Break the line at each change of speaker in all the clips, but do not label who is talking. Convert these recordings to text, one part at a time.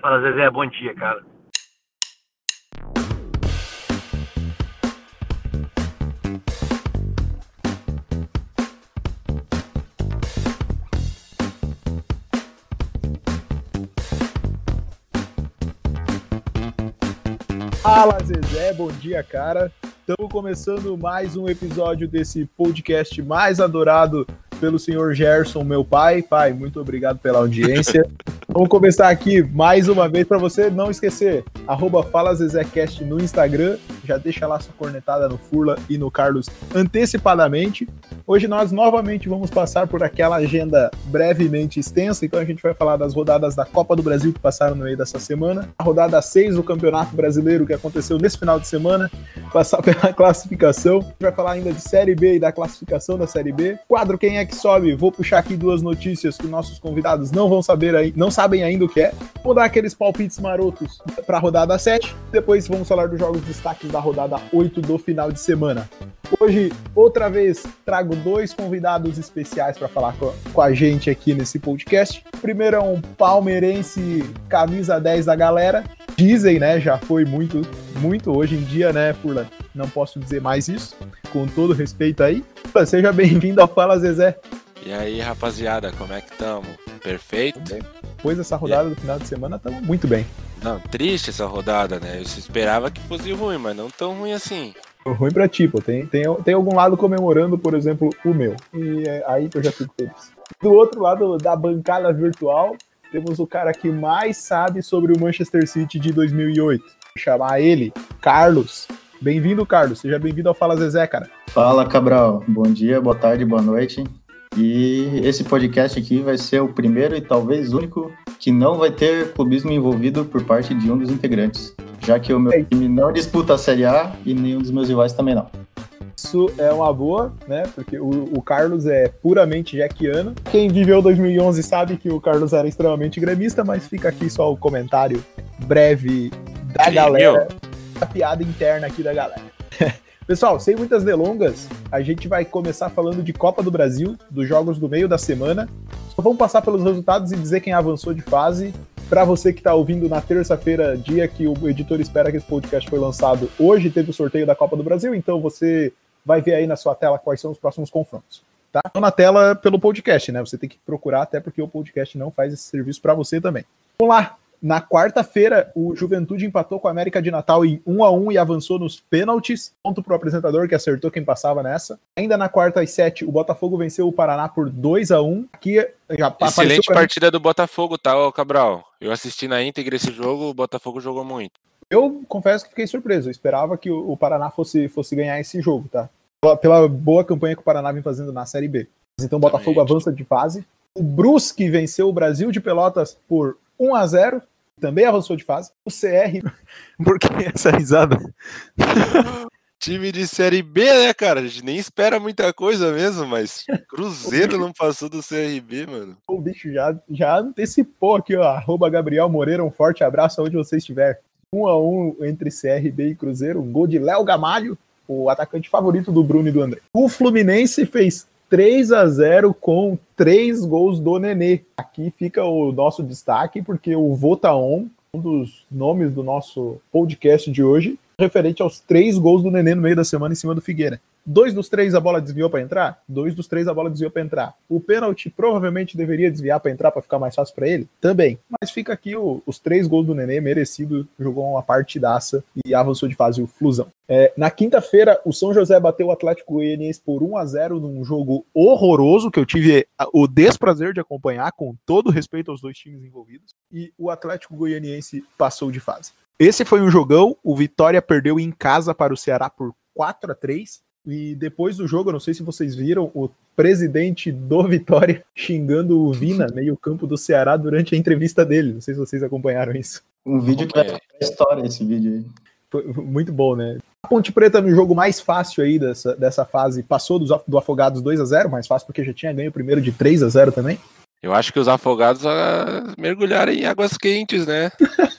Fala, Zezé, bom dia, cara.
Fala, Zezé, bom dia, cara. Estamos começando mais um episódio desse podcast mais adorado pelo senhor Gerson, meu pai. Pai, muito obrigado pela audiência. Vamos começar aqui mais uma vez para você não esquecer, @FalaZezéCast no Instagram. Já deixa lá sua cornetada no Furla e no Carlos antecipadamente. Hoje nós novamente vamos passar por aquela agenda brevemente extensa, então a gente vai falar das rodadas da Copa do Brasil que passaram no meio dessa semana, a rodada 6 do Campeonato Brasileiro que aconteceu nesse final de semana, passar pela classificação, a gente vai falar ainda de Série B e da classificação da Série B. Quadro Quem é que Sobe, vou puxar aqui duas notícias que nossos convidados não sabem ainda o que é. Vou dar aqueles palpites marotos para a rodada 7, depois vamos falar dos jogos destaques da rodada 8 do final de semana. Hoje, outra vez, trago dois convidados especiais para falar com a gente aqui nesse podcast. O primeiro é um palmeirense camisa 10 da galera. Dizem, né? Já foi muito hoje em dia, né, Furlan? Não posso dizer mais isso, com todo respeito aí. Seja bem-vindo ao Fala Zezé.
E aí, rapaziada, como é que tamo? Perfeito?
Depois dessa rodada do final de semana, estamos muito bem.
Não, triste essa rodada, né? Eu esperava que fosse ruim, mas não tão ruim assim.
Ruim pra ti, pô. Tem algum lado comemorando, por exemplo, o meu. E aí que eu já fico feliz. Do outro lado da bancada virtual, temos o cara que mais sabe sobre o Manchester City de 2008. Vou chamar ele, Carlos. Bem-vindo, Carlos. Seja bem-vindo ao Fala Zezé, cara.
Fala, Cabral. Bom dia, boa tarde, boa noite. E esse podcast aqui vai ser o primeiro e talvez único que não vai ter clubismo envolvido por parte de um dos integrantes, já que o meu time não disputa a Série A e nenhum dos meus rivais também não.
Isso é uma boa, né? Porque o Carlos é puramente jackiano. Quem viveu 2011 sabe que o Carlos era extremamente gremista, mas fica aqui só o comentário breve da galera, a piada interna aqui da galera. Pessoal, sem muitas delongas, a gente vai começar falando de Copa do Brasil, dos jogos do meio da semana. Só vamos passar pelos resultados e dizer quem avançou de fase. Para você que está ouvindo na terça-feira, dia que o editor espera que esse podcast foi lançado, hoje teve o sorteio da Copa do Brasil, então você vai ver aí na sua tela quais são os próximos confrontos. Tá? Não na tela pelo podcast, né? Você tem que procurar, até porque o podcast não faz esse serviço para você também. Vamos lá! Na quarta-feira, o Juventude empatou com a América de Natal em 1-1 e avançou nos pênaltis. Ponto pro apresentador que acertou quem passava nessa. Ainda na quarta às 7, o Botafogo venceu o Paraná por 2-1. Aqui já
excelente partida do Botafogo, tá, Cabral? Eu assisti na íntegra esse jogo, o Botafogo jogou muito.
Eu confesso que fiquei surpreso. Eu esperava que o Paraná fosse ganhar esse jogo, tá? Pela boa campanha que o Paraná vem fazendo na Série B. Então o Botafogo avança de fase. O Brusque venceu o Brasil de Pelotas por 1-0. Também avançou de fase. O CR... Por que essa risada?
Time de Série B, né, cara? A gente nem espera muita coisa mesmo, mas Cruzeiro não passou do CRB, mano.
O bicho já antecipou aqui, ó. @Gabriel Moreira, um forte abraço aonde você estiver. 1-1 entre CRB e Cruzeiro. Um gol de Léo Gamalho, o atacante favorito do Bruno e do André. O Fluminense fez 3-0 com 3 gols do Nenê. Aqui fica o nosso destaque, porque o Votaon, um dos nomes do nosso podcast de hoje, referente aos 3 gols do Nenê no meio da semana em cima do Figueira. 2 dos 3 a bola desviou para entrar? 2 dos 3 a bola desviou para entrar. O pênalti provavelmente deveria desviar para entrar para ficar mais fácil para ele? Também. Mas fica aqui os 3 gols do Nenê, merecido, jogou uma partidaça e avançou de fase o Flusão. Na quinta-feira, o São José bateu o Atlético Goianiense por 1-0 num jogo horroroso que eu tive o desprazer de acompanhar, com todo respeito aos dois times envolvidos, e o Atlético Goianiense passou de fase. Esse foi um jogão, o Vitória perdeu em casa para o Ceará por 4-3, e depois do jogo, eu não sei se vocês viram, o presidente do Vitória xingando o Vina, meio campo do Ceará, durante a entrevista dele. Não sei se vocês acompanharam isso.
Um vídeo que vai ficar na história, esse vídeo aí.
Foi muito bom, né? A Ponte Preta, no jogo mais fácil aí dessa fase, passou do Afogados 2-0, mais fácil porque já tinha ganho o primeiro de 3-0 também.
Eu acho que os Afogados mergulharam em águas quentes, né?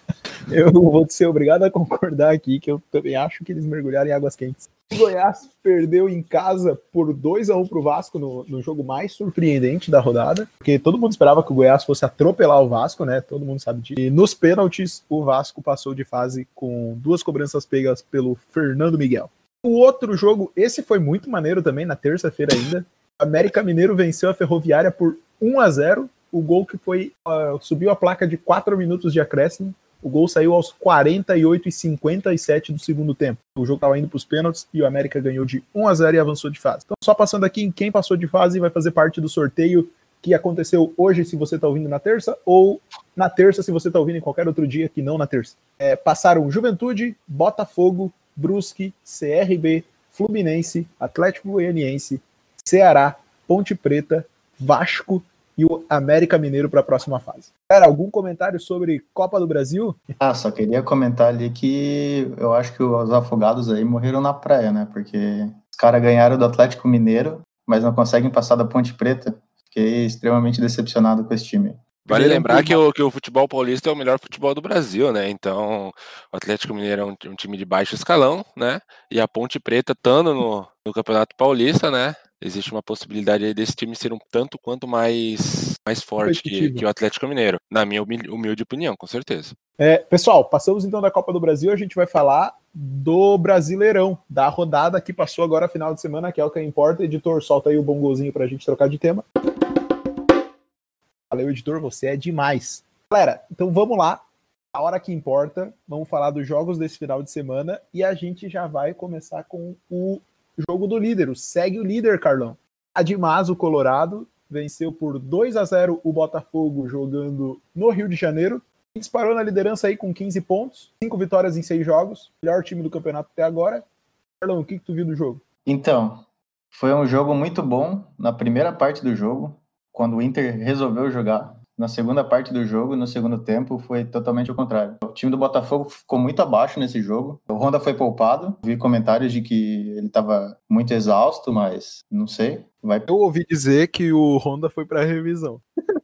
Eu vou ser obrigado a concordar aqui, que eu também acho que eles mergulharam em águas quentes. O Goiás perdeu em casa por 2-1 pro Vasco no jogo mais surpreendente da rodada, porque todo mundo esperava que o Goiás fosse atropelar o Vasco, né? Todo mundo sabe disso. E nos pênaltis, o Vasco passou de fase com 2 cobranças pegas pelo Fernando Miguel. O outro jogo, esse foi muito maneiro também, na terça-feira ainda. O América Mineiro venceu a Ferroviária por 1-0. O gol que foi subiu a placa de 4 minutos de acréscimo. O gol saiu aos 48 e 57 do segundo tempo. O jogo estava indo para os pênaltis e o América ganhou de 1-0 e avançou de fase. Então, só passando aqui em quem passou de fase vai fazer parte do sorteio que aconteceu hoje, se você está ouvindo na terça, ou na terça, se você está ouvindo em qualquer outro dia que não na terça. Passaram Juventude, Botafogo, Brusque, CRB, Fluminense, Atlético Goianiense, Ceará, Ponte Preta, Vasco e o América Mineiro para a próxima fase. Cara, algum comentário sobre Copa do Brasil?
Só queria comentar ali que eu acho que os afogados aí morreram na praia, né? Porque os caras ganharam do Atlético Mineiro, mas não conseguem passar da Ponte Preta. Fiquei extremamente decepcionado com esse time.
Vale lembrar que o futebol paulista é o melhor futebol do Brasil, né? Então, o Atlético Mineiro é um time de baixo escalão, né? E a Ponte Preta, estando no Campeonato Paulista, né? Existe uma possibilidade aí desse time ser um tanto quanto mais forte que o Atlético Mineiro, na minha humilde opinião, com certeza.
Pessoal, passamos então da Copa do Brasil, a gente vai falar do Brasileirão, da rodada que passou agora final de semana, que é o que importa. Editor, solta aí o bongozinho pra gente trocar de tema. Valeu, editor, você é demais. Galera, então vamos lá, a hora que importa, vamos falar dos jogos desse final de semana e a gente já vai começar com o jogo do líder, o segue o líder, Carlão. Ademais, o Colorado venceu por 2-0 o Botafogo jogando no Rio de Janeiro, disparou na liderança aí com 15 pontos, 5 vitórias em 6 jogos, melhor time do campeonato até agora. Carlão, o que tu viu do jogo?
Então, foi um jogo muito bom na primeira parte do jogo, quando o Inter resolveu jogar. Na segunda parte do jogo, no segundo tempo, foi totalmente o contrário. O time do Botafogo ficou muito abaixo nesse jogo. O Honda foi poupado. Vi comentários de que ele estava muito exausto, mas não sei.
Eu ouvi dizer que o Honda foi para revisão.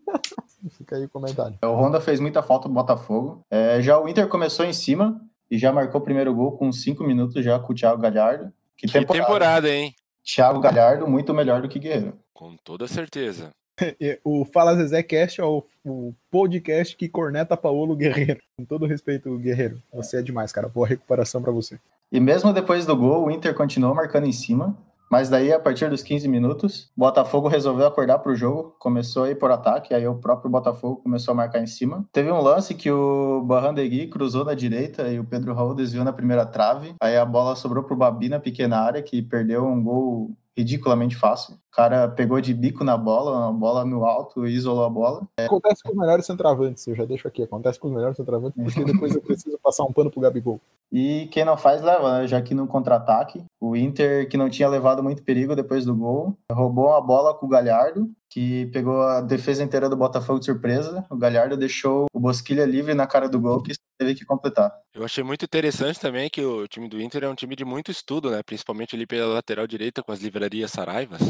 Fica aí o comentário.
O Honda fez muita falta no Botafogo. Já o Inter começou em cima e já marcou o primeiro gol com 5 minutos já com o Thiago Galhardo.
Que temporada, hein?
Thiago Galhardo muito melhor do que Guerreiro.
Com toda certeza.
O Fala Zezé Cast é o podcast que corneta Paulo Guerreiro. Com todo respeito, Guerreiro. Você é demais, cara. Boa recuperação pra você.
E mesmo depois do gol, o Inter continuou marcando em cima. Mas daí, a partir dos 15 minutos, o Botafogo resolveu acordar pro jogo. Começou a ir por ataque. Aí o próprio Botafogo começou a marcar em cima. Teve um lance que o Barrandegui cruzou na direita e o Pedro Raul desviou na primeira trave. Aí a bola sobrou pro Babi na pequena área, que perdeu um gol ridiculamente fácil. O cara pegou de bico na bola, a bola no alto e isolou a bola.
Acontece com os melhores centroavantes, eu já deixo aqui. Acontece com os melhores centroavantes, porque depois eu preciso passar um pano pro Gabigol.
E quem não faz, leva, né? Já que no contra-ataque, o Inter, que não tinha levado muito perigo depois do gol, roubou a bola com o Galhardo, que pegou a defesa inteira do Botafogo de surpresa. O Galhardo deixou o Bosquilha livre na cara do gol, que teve que completar.
Eu achei muito interessante também que o time do Inter é um time de muito estudo, né? Principalmente ali pela lateral direita com as livrarias Saraivas.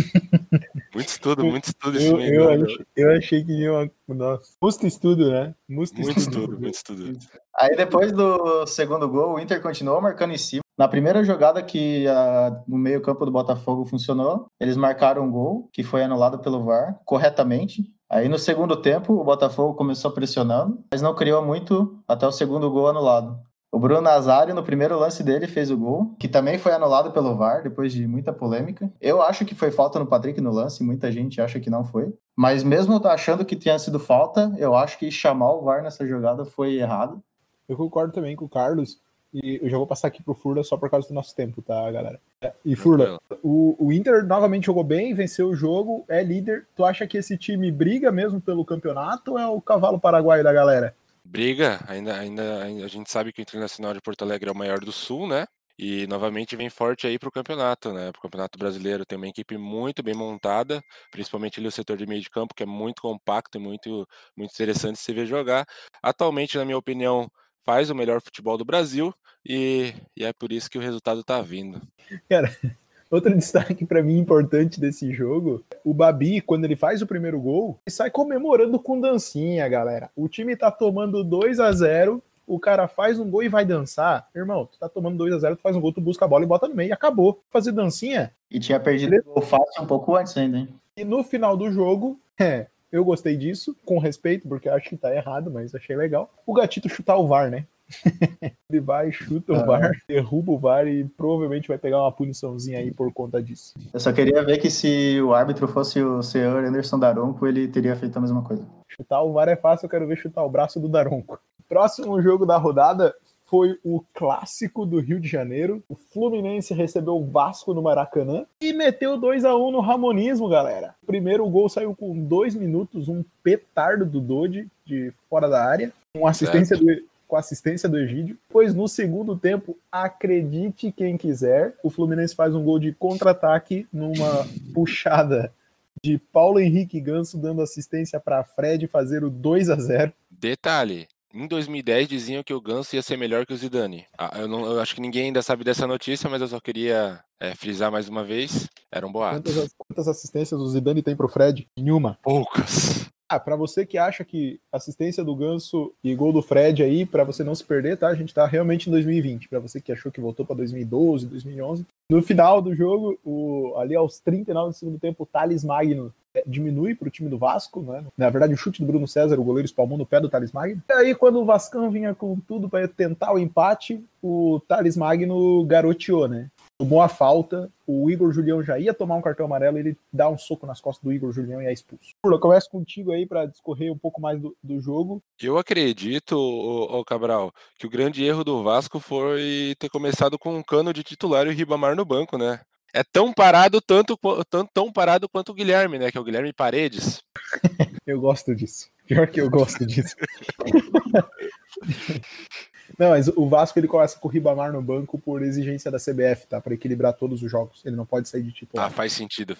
Muito estudo esse time.
Eu achei que ia nossa, muito estudo, né?
Muito estudo.
Aí depois do segundo gol, o Inter continuou marcando em cima. Na primeira jogada que no meio-campo do Botafogo funcionou, eles marcaram um gol, que foi anulado pelo VAR, corretamente. Aí no segundo tempo, o Botafogo começou pressionando, mas não criou muito até o segundo gol anulado. O Bruno Nazário, no primeiro lance dele, fez o gol, que também foi anulado pelo VAR, depois de muita polêmica. Eu acho que foi falta no Patrick no lance, muita gente acha que não foi. Mas mesmo achando que tinha sido falta, eu acho que chamar o VAR nessa jogada foi errado.
Eu concordo também com o Carlos, e eu já vou passar aqui pro Furla só por causa do nosso tempo, tá, galera? E Furla, o Inter novamente jogou bem, venceu o jogo, é líder. Tu acha que esse time briga mesmo pelo campeonato ou é o cavalo paraguaio da galera?
Briga, ainda a gente sabe que o Internacional de Porto Alegre é o maior do Sul, né? E novamente vem forte aí pro campeonato, né? Pro Campeonato Brasileiro tem uma equipe muito bem montada, principalmente ali o setor de meio de campo, que é muito compacto e muito interessante se ver jogar. Atualmente, na minha opinião, faz o melhor futebol do Brasil e é por isso que o resultado tá vindo.
Cara, outro destaque pra mim importante desse jogo, o Babi, quando ele faz o primeiro gol, ele sai comemorando com dancinha, galera. O time tá tomando 2-0, o cara faz um gol e vai dançar. Irmão, tu tá tomando 2-0, tu faz um gol, tu busca a bola e bota no meio e acabou. Fazer dancinha.
E tinha perdido o fácil um pouco antes ainda, hein?
E no final do jogo, eu gostei disso, com respeito, porque acho que tá errado, mas achei legal. O Gatito chutar o VAR, né? Ele vai, chuta o VAR, derruba o VAR e provavelmente vai pegar uma puniçãozinha aí por conta disso.
Eu só queria ver que se o árbitro fosse o senhor Anderson Daronco, ele teria feito a mesma coisa.
Chutar o VAR é fácil, eu quero ver chutar o braço do Daronco. Próximo jogo da rodada foi o clássico do Rio de Janeiro. O Fluminense recebeu o Vasco no Maracanã e meteu 2-1 no Ramonismo, galera. O primeiro gol saiu com 2 minutos, um petardo do Dodi de fora da área, com assistência do Egídio. Pois no segundo tempo, acredite quem quiser, o Fluminense faz um gol de contra-ataque numa puxada de Paulo Henrique Ganso dando assistência para Fred fazer o 2-0.
Detalhe, em 2010 diziam que o Ganso ia ser melhor que o Zidane. Eu acho que ninguém ainda sabe dessa notícia, mas eu só queria frisar mais uma vez. Eram boatos.
Quantas assistências o Zidane tem pro Fred? Nenhuma.
Poucas.
Pra você que acha que assistência do Ganso e gol do Fred aí, pra você não se perder, tá? A gente tá realmente em 2020. Pra você que achou que voltou pra 2012, 2011. No final do jogo, ali aos 39 do segundo tempo, o Thales Magno diminui pro time do Vasco, né? Na verdade, o chute do Bruno César, o goleiro espalmou no pé do Thales Magno. E aí, quando o Vascão vinha com tudo pra tentar o empate, o Thales Magno garoteou, né? Tomou a falta, o Igor Julião já ia tomar um cartão amarelo, ele dá um soco nas costas do Igor Julião e é expulso. Furla, começo contigo aí para discorrer um pouco mais do jogo.
Eu acredito, Cabral, que o grande erro do Vasco foi ter começado com um Cano de titular e o Ribamar no banco, né? É tão parado tão parado quanto o Guilherme, né? Que é o Guilherme Paredes.
Eu gosto disso. Pior que eu gosto disso. Não, mas o Vasco ele começa com o Ribamar no banco por exigência da CBF, tá? Para equilibrar todos os jogos. Ele não pode sair de titular.
Faz sentido.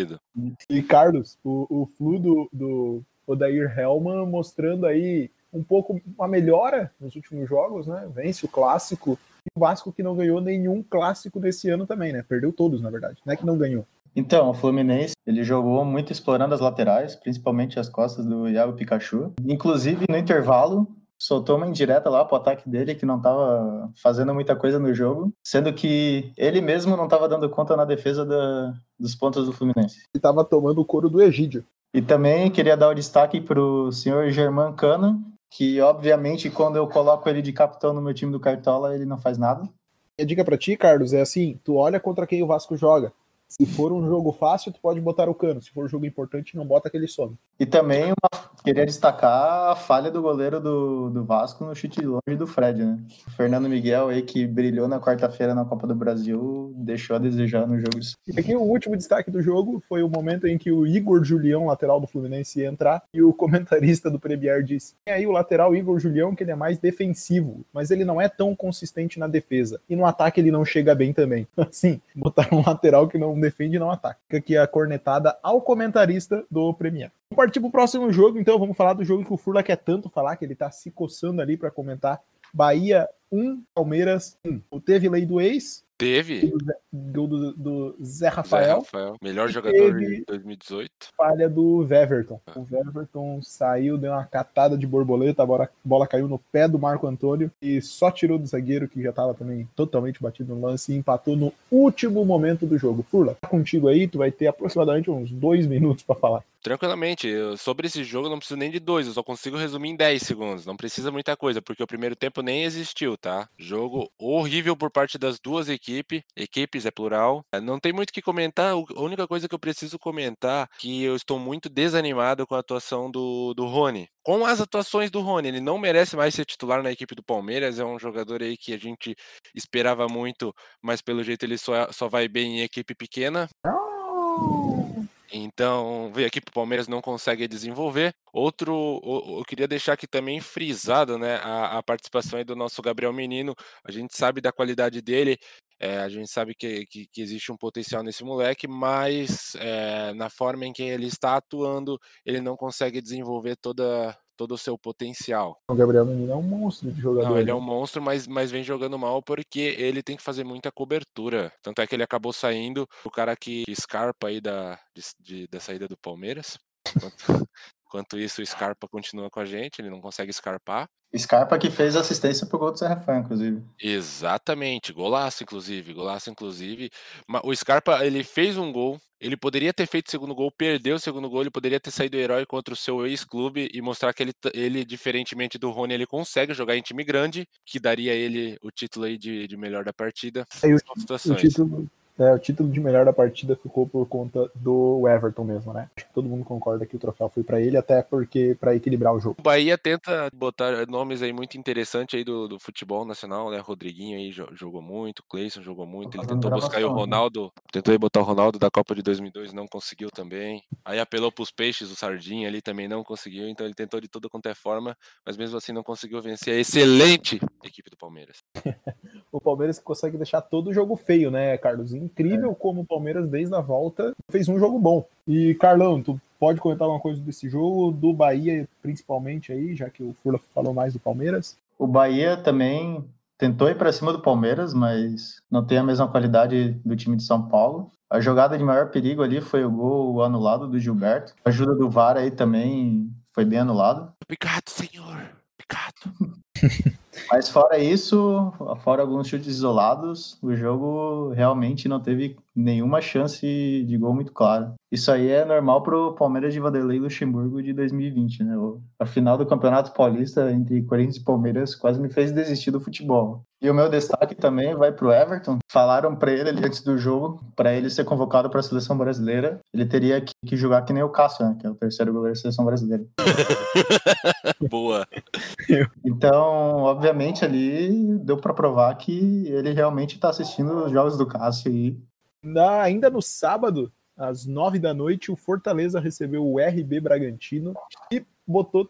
E Carlos, o flu do Odair Hellmann mostrando aí um pouco uma melhora nos últimos jogos, né? Vence o clássico. E o Vasco que não ganhou nenhum clássico nesse ano também, né? Perdeu todos, na verdade. Não é que não ganhou.
Então, o Fluminense, ele jogou muito explorando as laterais, principalmente as costas do Iago Pikachu. Inclusive, no intervalo, soltou uma indireta lá pro ataque dele, que não estava fazendo muita coisa no jogo, sendo que ele mesmo não estava dando conta na defesa dos pontos do Fluminense.
Ele estava tomando o couro do Egídio.
E também queria dar o destaque pro senhor Germán Cano, que obviamente quando eu coloco ele de capitão no meu time do Cartola, ele não faz nada.
A dica para ti, Carlos, é assim, tu olha contra quem o Vasco joga. Se for um jogo fácil, tu pode botar o Cano. Se for um jogo importante, não bota aquele some.
E também queria destacar a falha do goleiro do Vasco no chute de longe do Fred, né? O Fernando Miguel aí, que brilhou na quarta-feira na Copa do Brasil, deixou a desejar no jogo.
E aqui o último destaque do jogo foi o momento em que o Igor Julião, lateral do Fluminense, ia entrar e o comentarista do Premier disse: tem aí o lateral Igor Julião, que ele é mais defensivo, mas ele não é tão consistente na defesa. E no ataque ele não chega bem também. Assim, botaram um lateral que não defende e não ataca. Fica aqui a cornetada ao comentarista do Premier. Vamos partir pro próximo jogo, então. Vamos falar do jogo que o Furla quer tanto falar, que ele tá se coçando ali para comentar. Bahia 1, Palmeiras 1. Teve lei do ex.
Teve.
Gol do Zé Rafael.
Melhor jogador de 2018.
Falha do Weverton. O Weverton saiu, deu uma catada de borboleta, a bola caiu no pé do Marco Antônio e só tirou do zagueiro, que já estava também totalmente batido no lance, e empatou no último momento do jogo. Furla, tá contigo aí, tu vai ter aproximadamente uns 2 minutos para falar.
Tranquilamente, sobre esse jogo eu não preciso nem de 2, eu só consigo resumir em 10 segundos, não precisa muita coisa, porque o primeiro tempo nem existiu, tá? Jogo horrível por parte das duas equipes é plural, não tem muito o que comentar, a única coisa que eu preciso comentar é que eu estou muito desanimado com a atuação do Rony. Com as atuações do Rony, ele não merece mais ser titular na equipe do Palmeiras, é um jogador aí que a gente esperava muito, mas pelo jeito ele só vai bem em equipe pequena. Então, veio aqui pro Palmeiras, não consegue desenvolver. Eu queria deixar aqui também frisado, né, a participação aí do nosso Gabriel Menino. A gente sabe da qualidade dele, a gente sabe que existe um potencial nesse moleque, mas na forma em que ele está atuando, ele não consegue desenvolver todo o seu potencial.
O Gabriel Menino é um monstro de jogador.
Não, ele é um monstro, mas vem jogando mal porque ele tem que fazer muita cobertura. Tanto é que ele acabou saindo, o cara que Scarpa aí da saída do Palmeiras. Enquanto isso, o Scarpa continua com a gente, ele não consegue escarpar.
Scarpa que fez assistência pro gol do Zé Rafael, inclusive.
Exatamente, golaço inclusive. O Scarpa, ele fez um gol, ele poderia ter feito o segundo gol, perdeu o segundo gol, ele poderia ter saído herói contra o seu ex-clube e mostrar que ele, diferentemente do Rony, ele consegue jogar em time grande, que daria ele o título aí de melhor da partida.
Aí
São situações.
o título de melhor da partida ficou por conta do Everton mesmo, né? Acho que todo mundo concorda que o troféu foi pra ele, até porque pra equilibrar o jogo.
O Bahia tenta botar nomes aí muito interessantes aí do futebol nacional, né? Rodriguinho aí jogou muito, Cleison jogou muito, ele tentou buscar aí o Ronaldo, tentou aí botar o Ronaldo da Copa de 2002, não conseguiu também. Aí apelou pros peixes, o Sardinha ali também não conseguiu, então ele tentou de toda quanto é forma, mas mesmo assim não conseguiu vencer a excelente equipe do Palmeiras.
O Palmeiras consegue deixar todo o jogo feio, né, Carlos? Incrível como o Palmeiras, desde a volta, fez um jogo bom. E, Carlão, tu pode comentar alguma coisa desse jogo, do Bahia principalmente aí, já que o Furla falou mais do Palmeiras?
O Bahia também tentou ir para cima do Palmeiras, mas não tem a mesma qualidade do time de São Paulo. A jogada de maior perigo ali foi o gol anulado do Gilberto. A ajuda do VAR aí também foi bem anulado.
Obrigado, senhor. Obrigado.
Mas fora isso, fora alguns chutes isolados, o jogo realmente não teve nenhuma chance de gol muito claro. Isso aí é normal pro Palmeiras de Vanderlei Luxemburgo de 2020, né? A final do Campeonato Paulista entre Corinthians e Palmeiras quase me fez desistir do futebol. E o meu destaque também vai pro Everton. Falaram para ele ali antes do jogo, para ele ser convocado para a seleção brasileira, ele teria que jogar que nem o Cássio, né? Que é o terceiro goleiro da seleção brasileira.
Boa.
Então, obviamente, ali deu para provar que ele realmente está assistindo os jogos do Cássio aí.
Ainda no sábado, às 9 da noite, o Fortaleza recebeu o RB Bragantino e botou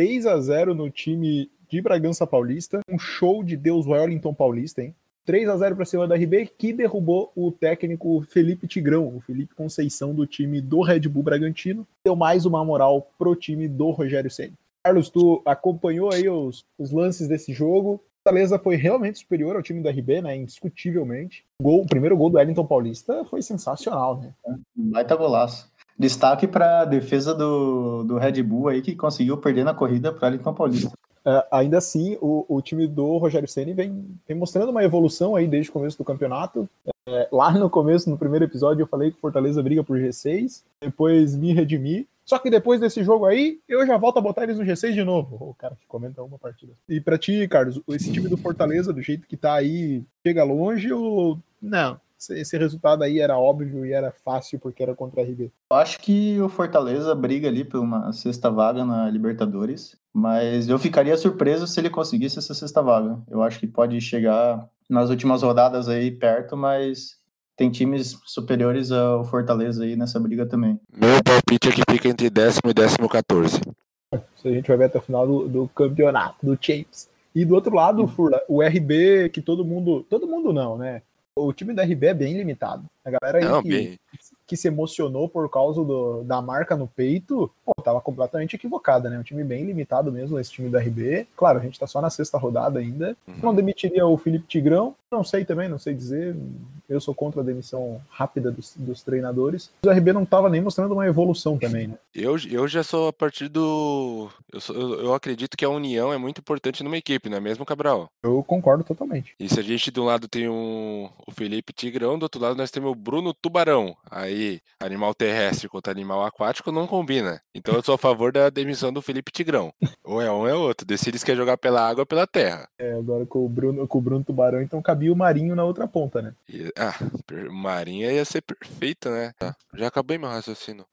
3-0 no time de Bragança Paulista. Um show de Deus Wellington Paulista, hein? 3-0 para cima da RB, que derrubou o técnico Felipe Tigrão, o Felipe Conceição do time do Red Bull Bragantino. Deu mais uma moral pro time do Rogério Ceni. Carlos, tu acompanhou aí os lances desse jogo. Fortaleza foi realmente superior ao time do RB, né? Indiscutivelmente. O primeiro gol do Wellington Paulista foi sensacional, né?
Baita golaço. Destaque para a defesa do Red Bull aí, que conseguiu perder na corrida para o Wellington Paulista.
Ainda assim, o time do Rogério Ceni vem mostrando uma evolução aí desde o começo do campeonato. Lá no começo, no primeiro episódio, eu falei que o Fortaleza briga por G6, depois me redimi. Só que depois desse jogo aí, eu já volto a botar eles no G6 de novo. O cara que comenta uma partida. E pra ti, Carlos, esse time do Fortaleza, do jeito que tá aí, chega longe ou não? Esse resultado aí era óbvio e era fácil porque era contra a RB.
Eu acho que o Fortaleza briga ali por uma sexta vaga na Libertadores, mas eu ficaria surpreso se ele conseguisse essa sexta vaga. Eu acho que pode chegar nas últimas rodadas aí perto, mas tem times superiores ao Fortaleza aí nessa briga também.
Meu palpite é que fica entre 10º e 14º.
Isso a gente vai ver até o final do campeonato, do Champions. E do outro lado, Furla, o RB que todo mundo não, né? O time da RB é bem limitado. A galera aí que se emocionou por causa da marca no peito, tava completamente equivocada, né? Um time bem limitado mesmo, esse time da RB. Claro, a gente tá só na sexta rodada ainda. Não demitiria o Felipe Tigrão? Não sei também, não sei dizer. Eu sou contra a demissão rápida dos treinadores. O RB não tava nem mostrando uma evolução também, né?
Eu já sou a partir do... Eu acredito que a união é muito importante numa equipe, não é mesmo, Cabral?
Eu concordo totalmente.
E se a gente de um lado tem o Felipe Tigrão, do outro lado nós temos o Bruno Tubarão. Aí, animal terrestre contra animal aquático não combina. Então eu sou a favor da demissão do Felipe Tigrão. Ou é um ou é outro. Decide se quer jogar pela água ou pela terra.
Agora com o Bruno Tubarão, então cabia o Marinho na outra ponta, né?
O Marinho ia ser perfeito, né? Tá, já acabei meu raciocínio.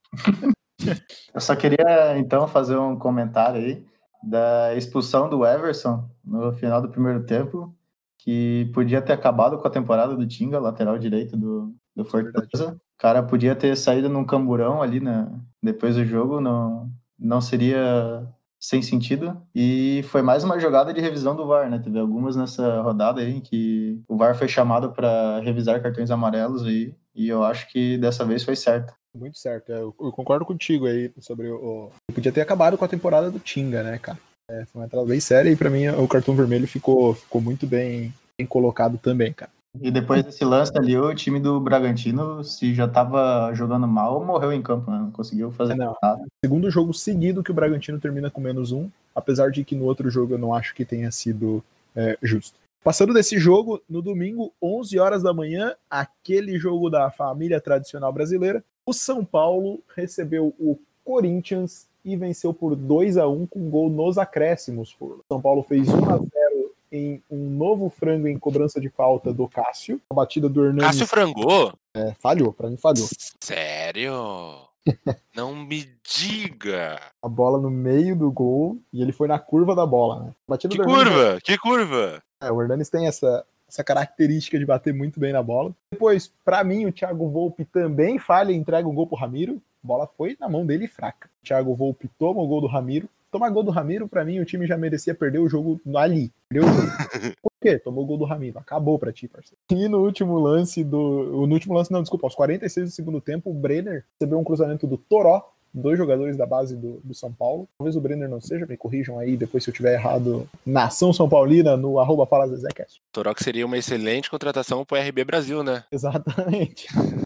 Eu só queria, então, fazer um comentário aí da expulsão do Everson no final do primeiro tempo, que podia ter acabado com a temporada do Tinga, lateral direito do Fortaleza. O cara podia ter saído num camburão ali depois do jogo, não seria sem sentido. E foi mais uma jogada de revisão do VAR, né? Teve algumas nessa rodada aí que o VAR foi chamado para revisar cartões amarelos aí, e eu acho que dessa vez foi certo.
Muito certo, eu concordo contigo aí sobre podia ter acabado com a temporada do Tinga, né, cara? Foi uma entrada bem séria e pra mim o cartão vermelho ficou muito bem colocado também, cara.
E depois desse lance ali, o time do Bragantino, se já tava jogando mal, morreu em campo, né? Não conseguiu fazer nada.
Segundo jogo seguido que o Bragantino termina com -1, apesar de que no outro jogo eu não acho que tenha sido justo. Passando desse jogo, no domingo, 11 horas da manhã, aquele jogo da família tradicional brasileira, o São Paulo recebeu o Corinthians e venceu por 2-1 com gol nos acréscimos. O São Paulo fez 1-0 em um novo frango em cobrança de falta do Cássio. A batida do Hernanes...
Cássio frangou?
Falhou, pra mim falhou.
Sério? Não me diga!
A bola no meio do gol e ele foi na curva da bola, né?
Que curva? Que curva?
O Hernanes tem essa característica de bater muito bem na bola. Depois, pra mim, o Thiago Volpi também falha e entrega um gol pro Ramiro. A bola foi na mão dele fraca. O Thiago Volpi toma o gol do Ramiro. Tomar gol do Ramiro, pra mim, o time já merecia perder o jogo ali. Perdeu o jogo. Por quê? Tomou o gol do Ramiro. Acabou pra ti, parceiro. E no último lance aos 46 do segundo tempo, o Brenner recebeu um cruzamento do Toró, 2 jogadores da base do São Paulo. Talvez o Brenner não seja, me corrijam aí depois se eu tiver errado. Nação São Paulina no @FalaZezécast.
Toró que seria uma excelente contratação pro RB Brasil, né?
Exatamente.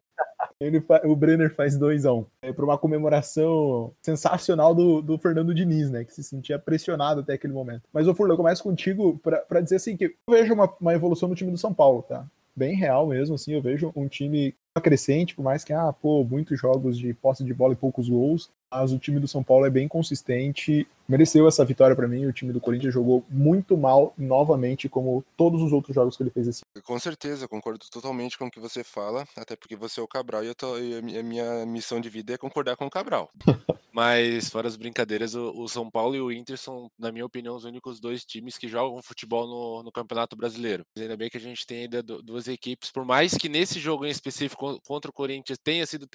O Brenner faz 2-1. Para uma comemoração sensacional do Fernando Diniz, né? Que se sentia pressionado até aquele momento. Mas, Furlan, eu começo contigo para dizer assim que eu vejo uma evolução no time do São Paulo, tá? Bem real mesmo, assim. Eu vejo um time crescente, por mais que, muitos jogos de posse de bola e poucos gols. Mas o time do São Paulo é bem consistente, mereceu essa vitória pra mim. O time do Corinthians jogou muito mal novamente, como todos os outros jogos que ele fez esse ano.
Com certeza, concordo totalmente com o que você fala, até porque você é o Cabral e a minha missão de vida é concordar com o Cabral. Mas, fora as brincadeiras, o São Paulo e o Inter são, na minha opinião, os únicos 2 times que jogam futebol no Campeonato Brasileiro. Ainda bem que a gente tem ainda 2 equipes, por mais que nesse jogo em específico contra o Corinthians tenha sido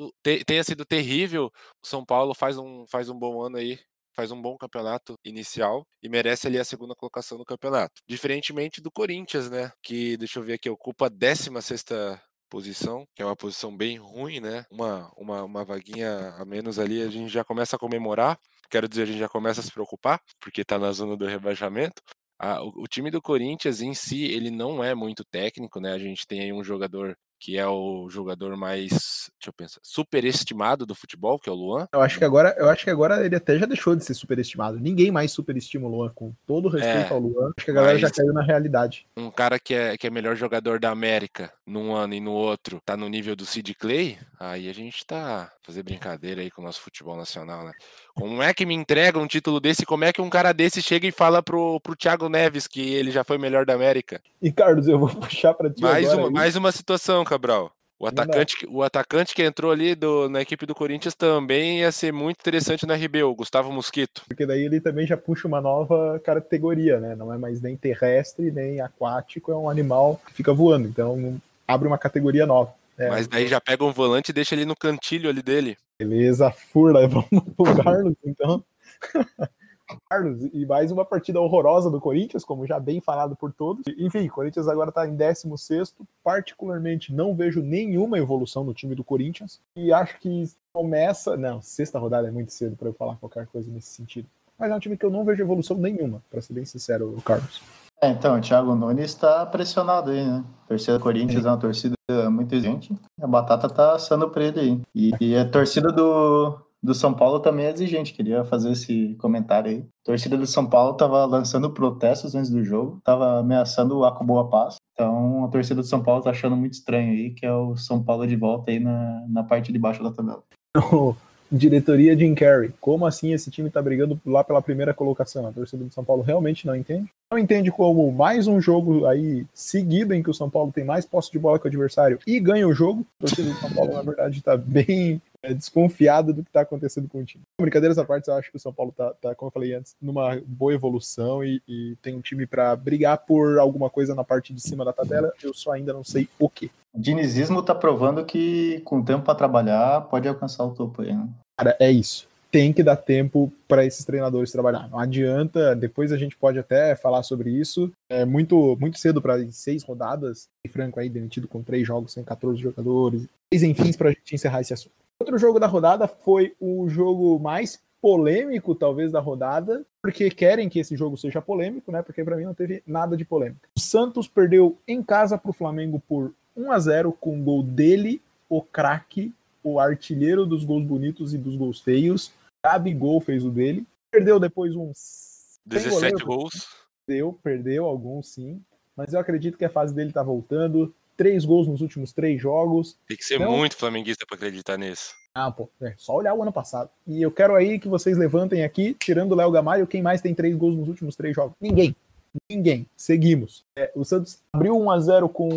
terrível, o São Paulo faz um bom ano aí, faz um bom campeonato inicial e merece ali a 2ª colocação no campeonato. Diferentemente do Corinthians, né, que, deixa eu ver aqui, ocupa a 16ª posição, que é uma posição bem ruim, né? Uma vaguinha a menos ali, a gente já começa a comemorar, quero dizer, a gente já começa a se preocupar, porque tá na zona do rebaixamento. O time do Corinthians em si, ele não é muito técnico, né? A gente tem aí um jogador que é o jogador mais, deixa eu pensar, superestimado do futebol, que é o Luan.
Eu acho que agora ele até já deixou de ser superestimado. Ninguém mais superestima o Luan, com todo o respeito ao Luan. Acho que a galera já caiu na realidade.
Um cara que é melhor jogador da América num ano e no outro tá no nível do Sid Clay, aí a gente tá fazer brincadeira aí com o nosso futebol nacional, né? Como é que me entrega um título desse? Como é que um cara desse chega e fala pro Thiago Neves que ele já foi melhor da América?
E, Carlos, eu vou puxar pra ti
mais uma situação, Cabral. O atacante que entrou ali na equipe do Corinthians também ia ser muito interessante na RB, o Gustavo Mosquito.
Porque daí ele também já puxa uma nova categoria, né? Não é mais nem terrestre, nem aquático, é um animal que fica voando. Então, abre uma categoria nova.
Mas daí já pega um volante e deixa ele no cantilho ali dele.
Beleza, Furla. Vamos pro Carlos, então. Carlos, e mais uma partida horrorosa do Corinthians, como já bem falado por todos. Enfim, o Corinthians agora está em 16º. Particularmente, não vejo nenhuma evolução no time do Corinthians. E acho que começa... Não, 6ª rodada é muito cedo para eu falar qualquer coisa nesse sentido. Mas é um time que eu não vejo evolução nenhuma, para ser bem sincero, Carlos.
Então, o Thiago Nunes está pressionado aí, né? A torcida do Corinthians é uma torcida muito exigente. A batata tá assando para ele aí. E a torcida do São Paulo também é exigente, queria fazer esse comentário aí. A torcida do São Paulo estava lançando protestos antes do jogo, estava ameaçando o Acuboa Paz. Então a torcida do São Paulo tá achando muito estranho aí, que é o São Paulo de volta aí na parte de baixo da tabela.
Diretoria Jim Carrey, como assim esse time tá brigando lá pela primeira colocação? A torcida do São Paulo realmente não entende? Não entende como mais um jogo aí seguido em que o São Paulo tem mais posse de bola que o adversário e ganha o jogo. A torcida do São Paulo, na verdade, tá bem desconfiada do que tá acontecendo com o time. Brincadeiras à parte, eu acho que o São Paulo tá, como eu falei antes, numa boa evolução e tem um time para brigar por alguma coisa na parte de cima da tabela. Eu só ainda não sei o quê.
O dinizismo tá provando que com tempo para trabalhar pode alcançar o topo aí, né?
Cara, é isso. Tem que dar tempo para esses treinadores trabalhar. Não adianta, depois a gente pode até falar sobre isso. É muito cedo para 6 rodadas. E Franco aí demitido com 3 jogos, sem 14 jogadores. Enfim, para a gente encerrar esse assunto. Outro jogo da rodada foi o jogo mais polêmico, talvez, da rodada, porque querem que esse jogo seja polêmico, né? Porque para mim não teve nada de polêmica. O Santos perdeu em casa para o Flamengo por 1-0 com um gol dele, o craque, o artilheiro dos gols bonitos e dos gols feios. Gabigol fez o dele. Perdeu depois uns
17 gols.
Perdeu alguns, sim. Mas eu acredito que a fase dele tá voltando. 3 gols nos últimos 3 jogos.
Tem que ser muito flamenguista para acreditar nisso.
Só olhar o ano passado. E eu quero aí que vocês levantem aqui, tirando o Léo Gamalho, quem mais tem 3 gols nos últimos 3 jogos? Ninguém. Seguimos. O Santos abriu 1-0 com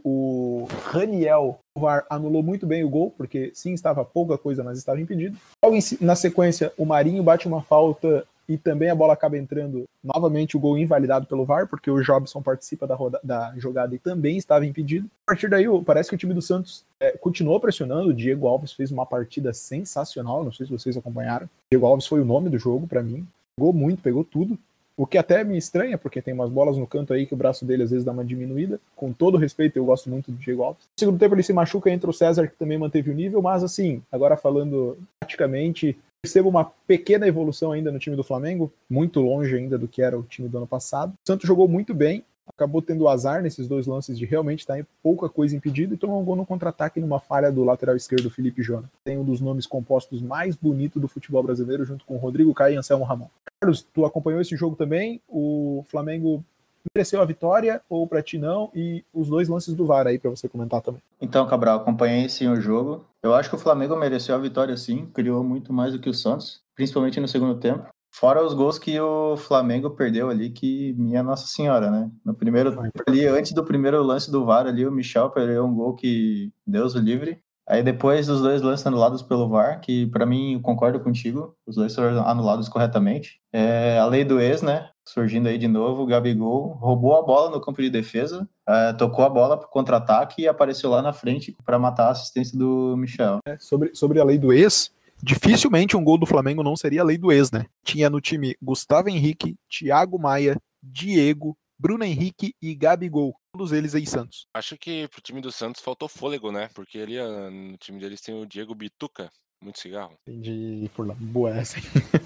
o Raniel. O VAR anulou muito bem o gol, porque sim, estava pouca coisa, mas estava impedido. Logo na sequência, o Marinho bate uma falta e também a bola acaba entrando. Novamente o gol invalidado pelo VAR, porque o Jobson participa da jogada e também estava impedido. A partir daí, parece que o time do Santos continuou pressionando. O Diego Alves fez uma partida sensacional, não sei se vocês acompanharam. Diego Alves foi o nome do jogo para mim. Jogou muito, pegou tudo. O que até me estranha, porque tem umas bolas no canto aí que o braço dele às vezes dá uma diminuída. Com todo respeito, eu gosto muito do Diego Alves. No segundo tempo ele se machuca, entra o César, que também manteve o nível, mas assim, agora falando praticamente, percebo uma pequena evolução ainda no time do Flamengo, muito longe ainda do que era o time do ano passado. O Santos jogou muito bem, acabou tendo azar nesses 2 lances de realmente estar em pouca coisa impedido e tomou um gol no contra-ataque numa falha do lateral esquerdo, Felipe Jonathan. Tem um dos nomes compostos mais bonitos do futebol brasileiro, junto com Rodrigo Caio e Anselmo Ramon. Carlos, tu acompanhou esse jogo também? O Flamengo mereceu a vitória ou pra ti não? E os 2 lances do VAR aí pra você comentar também.
Então, Cabral, acompanhei sim o jogo. Eu acho que o Flamengo mereceu a vitória sim, criou muito mais do que o Santos, principalmente no segundo tempo. Fora os gols que o Flamengo perdeu ali, que minha Nossa Senhora, né? No primeiro ali, antes do primeiro lance do VAR ali, o Michel perdeu um gol que Deus o livre. Aí depois dos 2 lances anulados pelo VAR, que pra mim, eu concordo contigo, os 2 foram anulados corretamente. A lei do ex, né? Surgindo aí de novo, o Gabigol roubou a bola no campo de defesa, tocou a bola pro contra-ataque e apareceu lá na frente para matar a assistência do Michel.
Sobre a lei do ex, dificilmente um gol do Flamengo não seria a lei do ex, né? Tinha no time Gustavo Henrique, Thiago Maia, Diego, Bruno Henrique e Gabigol, todos eles em Santos.
Acho que pro time do Santos faltou fôlego, né? Porque ali no time deles tem o Diego Bituca, muito cigarro.
Entendi, por lá, boa essa.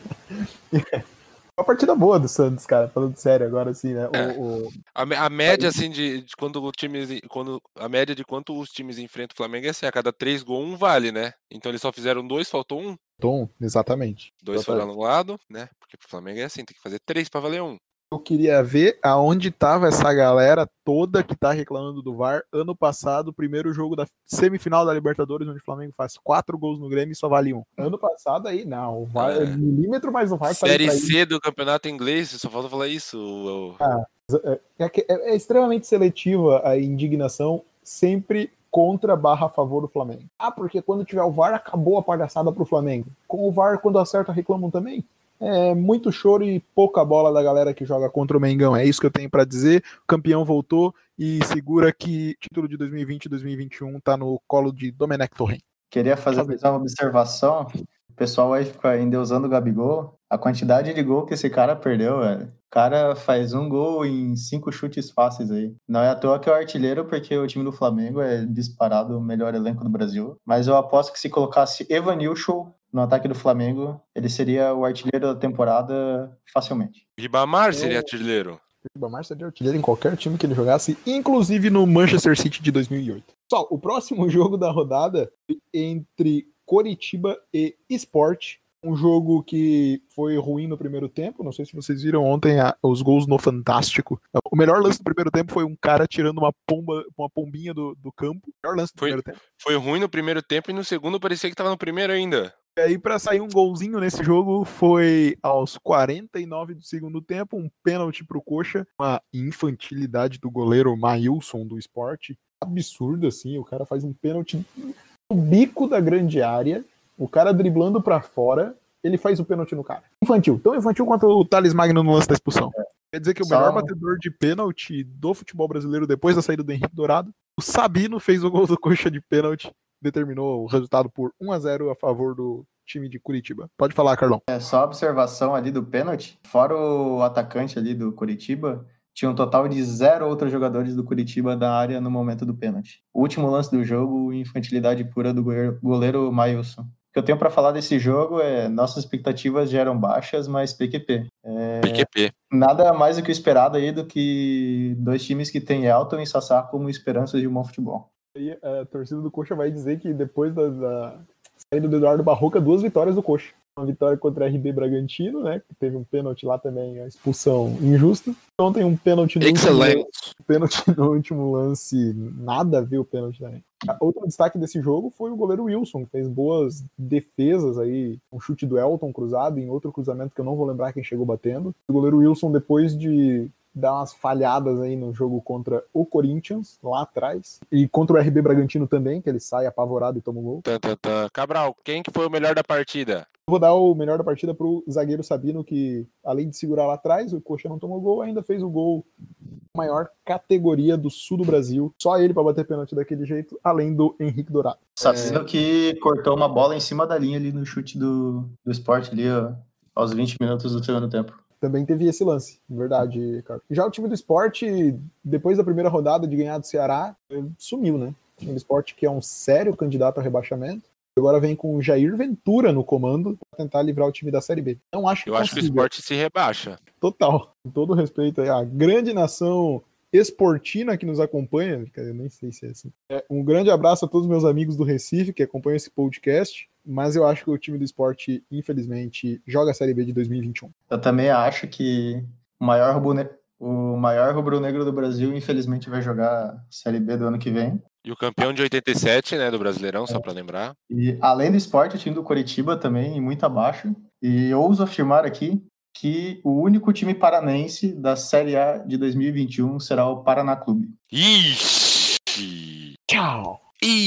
Uma partida boa do Santos, cara, falando sério agora, assim, né?
A média, assim, de quando o time. A média de quanto os times enfrentam o Flamengo é assim, a cada 3 gols, 1 vale, né? Então eles só fizeram 2, faltou 1.
Tom, exatamente.
2 foram anulados, né? Porque pro Flamengo é assim, tem que fazer 3 pra valer 1.
Eu queria ver aonde tava essa galera toda que tá reclamando do VAR. Ano passado, o primeiro jogo da semifinal da Libertadores, onde o Flamengo faz 4 gols no Grêmio e só vale 1. Ano passado aí, não. O VAR é milímetro, mas o VAR tá
Série C do campeonato inglês, só falta falar isso.
É extremamente seletiva a indignação, sempre contra / a favor do Flamengo. Porque quando tiver o VAR, acabou a palhaçada pro Flamengo. Com o VAR, quando acerta, reclamam também. É muito choro e pouca bola da galera que joga contra o Mengão. É isso que eu tenho pra dizer. O campeão voltou e segura que o título de 2020 e 2021 tá no colo de Domenech Torrent.
Queria fazer uma observação. O pessoal vai ficar endeusando o Gabigol. A quantidade de gol que esse cara perdeu, velho. O cara faz 1 gol em 5 chutes fáceis aí. Não é à toa que é o artilheiro, porque o time do Flamengo é disparado o melhor elenco do Brasil. Mas eu aposto que se colocasse Evanilson no ataque do Flamengo, ele seria o artilheiro da temporada facilmente.
Ribamar seria artilheiro.
O Ribamar seria artilheiro em qualquer time que ele jogasse, inclusive no Manchester City de 2008. Só, o próximo jogo da rodada entre Coritiba e Sport, um jogo que foi ruim no primeiro tempo. Não sei se vocês viram ontem os gols no Fantástico. O melhor lance do primeiro tempo foi um cara tirando uma pombinha do campo. O melhor lance do primeiro tempo.
Foi ruim no primeiro tempo e no segundo parecia que tava no primeiro ainda.
E aí, pra sair um golzinho nesse jogo, foi aos 49 do segundo tempo, um pênalti pro Coxa, uma infantilidade do goleiro Maílson do Sport, absurdo, assim, o cara faz um pênalti no bico da grande área, o cara driblando pra fora, ele faz o pênalti no cara. Infantil, tão infantil quanto o Thales Magno no lance da expulsão. Quer dizer que o melhor batedor de pênalti do futebol brasileiro depois da saída do Henrique Dourado, o Sabino fez o gol do Coxa de pênalti, determinou o resultado por 1-0 a favor do time de Curitiba. Pode falar, Carlão.
Só a observação ali do pênalti. Fora o atacante ali do Curitiba, tinha um total de 0 outros jogadores do Curitiba da área no momento do pênalti. O último lance do jogo, infantilidade pura do goleiro Maílson. que eu tenho para falar desse jogo é nossas expectativas já eram baixas, mas PQP.
PQP.
Nada mais do que o esperado aí do que dois times que têm Elton e Sassá como esperanças de um bom futebol.
E a torcida do Coxa vai dizer que depois da saída do Eduardo Barroca, 2 vitórias do Coxa. Uma vitória contra a RB Bragantino, né? Que teve um pênalti lá também, a expulsão injusta. Ontem um pênalti no último lance, nada a ver o pênalti também. Outro destaque desse jogo foi o goleiro Wilson, que fez boas defesas aí, um chute do Elton cruzado, em outro cruzamento que eu não vou lembrar quem chegou batendo. O goleiro Wilson, depois de dar umas falhadas aí no jogo contra o Corinthians, lá atrás, e contra o RB Bragantino também, que ele sai apavorado e toma um gol.
Cabral, quem que foi o melhor da partida?
Vou dar o melhor da partida pro zagueiro Sabino, que além de segurar lá atrás, o Coxa não tomou gol, ainda fez o gol maior categoria do sul do Brasil. Só ele para bater pênalti daquele jeito, além do Henrique Dourado.
Sabino que cortou uma bola em cima da linha ali no chute do Sport ali, ó, aos 20 minutos do segundo tempo.
Também teve esse lance, verdade, cara. Já o time do Sport, depois da primeira rodada de ganhar do Ceará, sumiu, né? O time do Sport, que é um sério candidato a rebaixamento, agora vem com o Jair Ventura no comando para tentar livrar o time da Série B.
Eu acho que o Sport se rebaixa.
Total. Com todo respeito aí, a grande nação esportina que nos acompanha, eu nem sei se é assim. Um grande abraço a todos os meus amigos do Recife que acompanham esse podcast, mas eu acho que o time do Sport, infelizmente, joga a Série B de 2021.
Eu também acho que o maior rubro-negro do Brasil, infelizmente, vai jogar a Série B do ano que vem.
E o campeão de 87, né, do Brasileirão, só para lembrar.
E além do Sport, o time do Coritiba também, muito abaixo. E ouso afirmar aqui que o único time paranaense da Série A de 2021 será o Paraná Clube.
Ixi!
Tchau!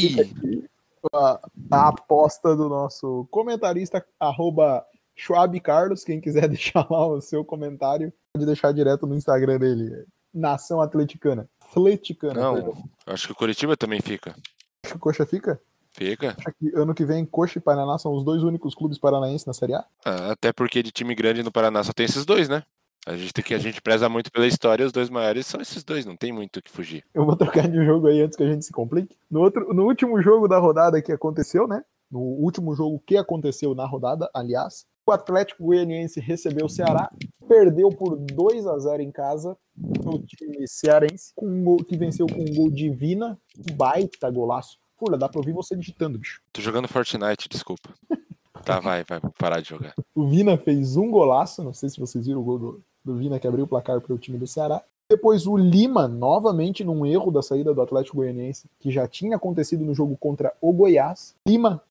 A aposta do nosso comentarista, @SchwabCarlos. Quem quiser deixar lá o seu comentário, pode deixar direto no Instagram dele. Nação Atleticana.
Não, acho que o Coritiba também fica.
Acho que o Coxa fica?
Fica.
Acho que ano que vem Coxa e Paraná são os 2 únicos clubes paranaenses na Série A?
Até porque de time grande no Paraná só tem esses 2, né? A gente preza muito pela história, os 2 maiores são esses 2, não tem muito o que fugir.
Eu vou trocar de jogo aí antes que a gente se complique. No último jogo da rodada que aconteceu, né? No último jogo que aconteceu na rodada, aliás, o Atlético Goianiense recebeu o Ceará, perdeu por 2-0 em casa no time cearense, que venceu com um gol de Vina, um baita golaço. Furla, dá pra ouvir você digitando, bicho.
Tô jogando Fortnite, desculpa. Tá, vai, vou parar de jogar.
O Vina fez um golaço, não sei se vocês viram o gol do Vina que abriu o placar para o time do Ceará. Depois o Lima, novamente num erro da saída do Atlético Goianiense, que já tinha acontecido no jogo contra o Goiás. Lima,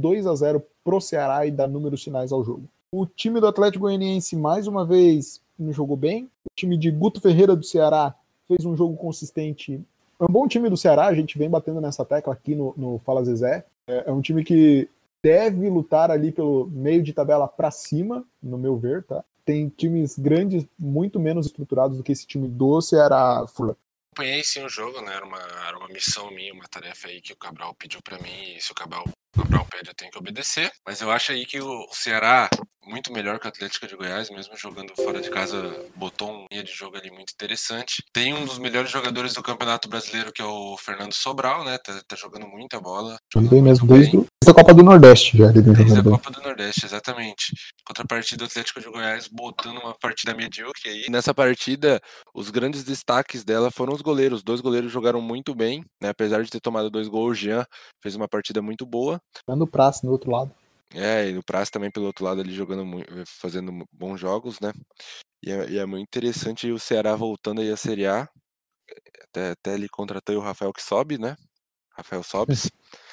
2-0 pro Ceará e dá números finais ao jogo. O time do Atlético Goianiense, mais uma vez, não jogou bem. O time de Guto Ferreira do Ceará fez um jogo consistente. É um bom time do Ceará, a gente vem batendo nessa tecla aqui no Fala Zezé. É um time que deve lutar ali pelo meio de tabela para cima, no meu ver, tá? Tem times grandes muito menos estruturados do que esse time do Ceará, Furlan.
Acompanhei sim o jogo, né? Era uma missão minha, uma tarefa aí que o Cabral pediu pra mim, e se o Cabral pede eu tenho que obedecer. Mas eu acho aí que o Ceará, muito melhor que o Atlético de Goiás, mesmo jogando fora de casa, botou um linha de jogo ali muito interessante. Tem um dos melhores jogadores do Campeonato Brasileiro, que é o Fernando Sobral, né? Tá jogando muita bola.
Ele vem mesmo desde a Copa do Nordeste já.
Desde a Copa do Nordeste, exatamente. Contrapartida do Atlético de Goiás, botando uma partida medíocre aí. Nessa partida, os grandes destaques dela foram os goleiros. 2 goleiros jogaram muito bem, né? Apesar de ter tomado 2 gols, o Jean fez uma partida muito boa.
Dando o Praça no outro lado.
E o Praça também pelo outro lado ali jogando, fazendo bons jogos, né? E é muito interessante o Ceará voltando aí à Série A. Até ele contratou o Rafael que sobe, né? Rafael Sobis.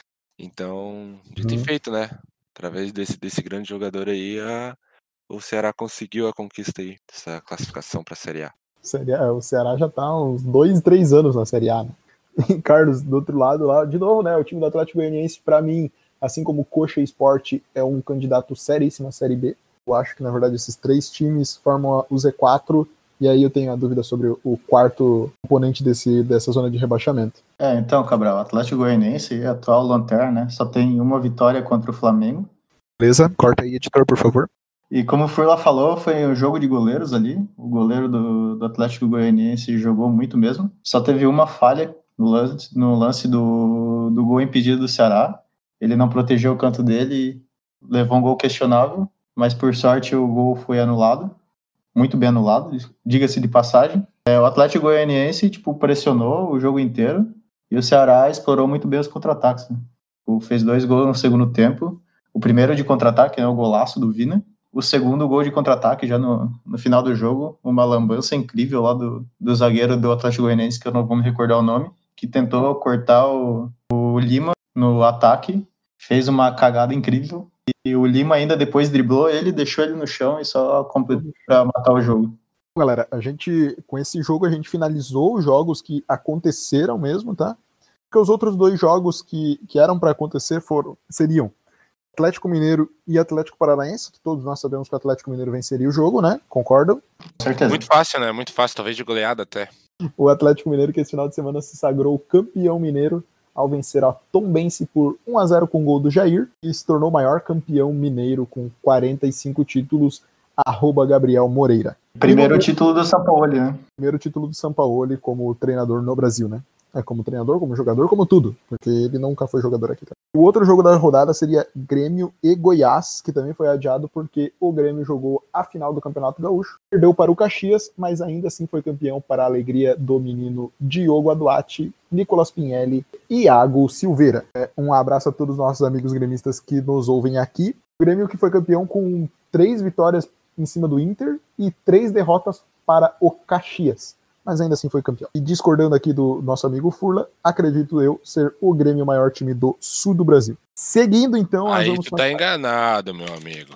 Então, dito e feito, né? Através desse grande jogador aí, o Ceará conseguiu a conquista aí, dessa classificação para a Série A.
O Ceará já tá há uns 2, 3 anos na Série A, né? E Carlos, do outro lado lá, de novo, né? O time do Atlético Goianiense, para mim, assim como o Coxa e Sport, é um candidato seríssimo à Série B. Eu acho que, na verdade, esses 3 times formam o Z4, e aí eu tenho a dúvida sobre o quarto componente dessa zona de rebaixamento.
Então, Cabral, o Atlético Goianiense, atual lanterna, né? Só tem uma vitória contra o Flamengo.
Beleza? Corta aí, editor, por favor.
E como o Furla falou, foi um jogo de goleiros ali. O goleiro do Atlético Goianiense jogou muito mesmo. Só teve uma falha no lance do gol impedido do Ceará. ele não protegeu o canto dele e levou um gol questionável, mas por sorte o gol foi anulado, muito bem anulado, diga-se de passagem. O Atlético Goianiense pressionou o jogo inteiro e o Ceará explorou muito bem os contra-ataques, né? Fez 2 gols no segundo tempo, o primeiro de contra-ataque, né, o golaço do Vina, o segundo gol de contra-ataque já no final do jogo, uma lambança incrível lá do zagueiro do Atlético Goianiense, que eu não vou me recordar o nome, que tentou cortar o Lima no ataque, fez uma cagada incrível, e o Lima ainda depois driblou ele, deixou ele no chão e só completou para matar o jogo.
Galera, com esse jogo a gente finalizou os jogos que aconteceram mesmo, tá? Porque os outros 2 jogos que eram para acontecer seriam Atlético Mineiro e Atlético Paranaense, que todos nós sabemos que o Atlético Mineiro venceria o jogo, né? Concordam?
Com certeza.
Muito fácil, né? Muito fácil, talvez de goleada até.
O Atlético Mineiro, que esse final de semana se sagrou campeão mineiro ao vencer a Tombense por 1-0 com o gol do Jair e se tornou o maior campeão mineiro com 45 títulos, @Gabriel Moreira.
Primeiro título do Sampaoli, né?
Primeiro título do Sampaoli como treinador no Brasil, né? Como treinador, como jogador, como tudo, porque ele nunca foi jogador aqui. Tá? O outro jogo da rodada seria Grêmio e Goiás, que também foi adiado porque o Grêmio jogou a final do Campeonato Gaúcho, perdeu para o Caxias, mas ainda assim foi campeão para a alegria do menino Diogo Aduati, Nicolas Pinelli e Iago Silveira. Um abraço a todos os nossos amigos gremistas que nos ouvem aqui. O Grêmio que foi campeão com 3 vitórias em cima do Inter e 3 derrotas para o Caxias, mas ainda assim foi campeão. E discordando aqui do nosso amigo Furla, acredito eu ser o Grêmio o maior time do sul do Brasil. Seguindo, então...
Aí tu tá enganado, meu amigo.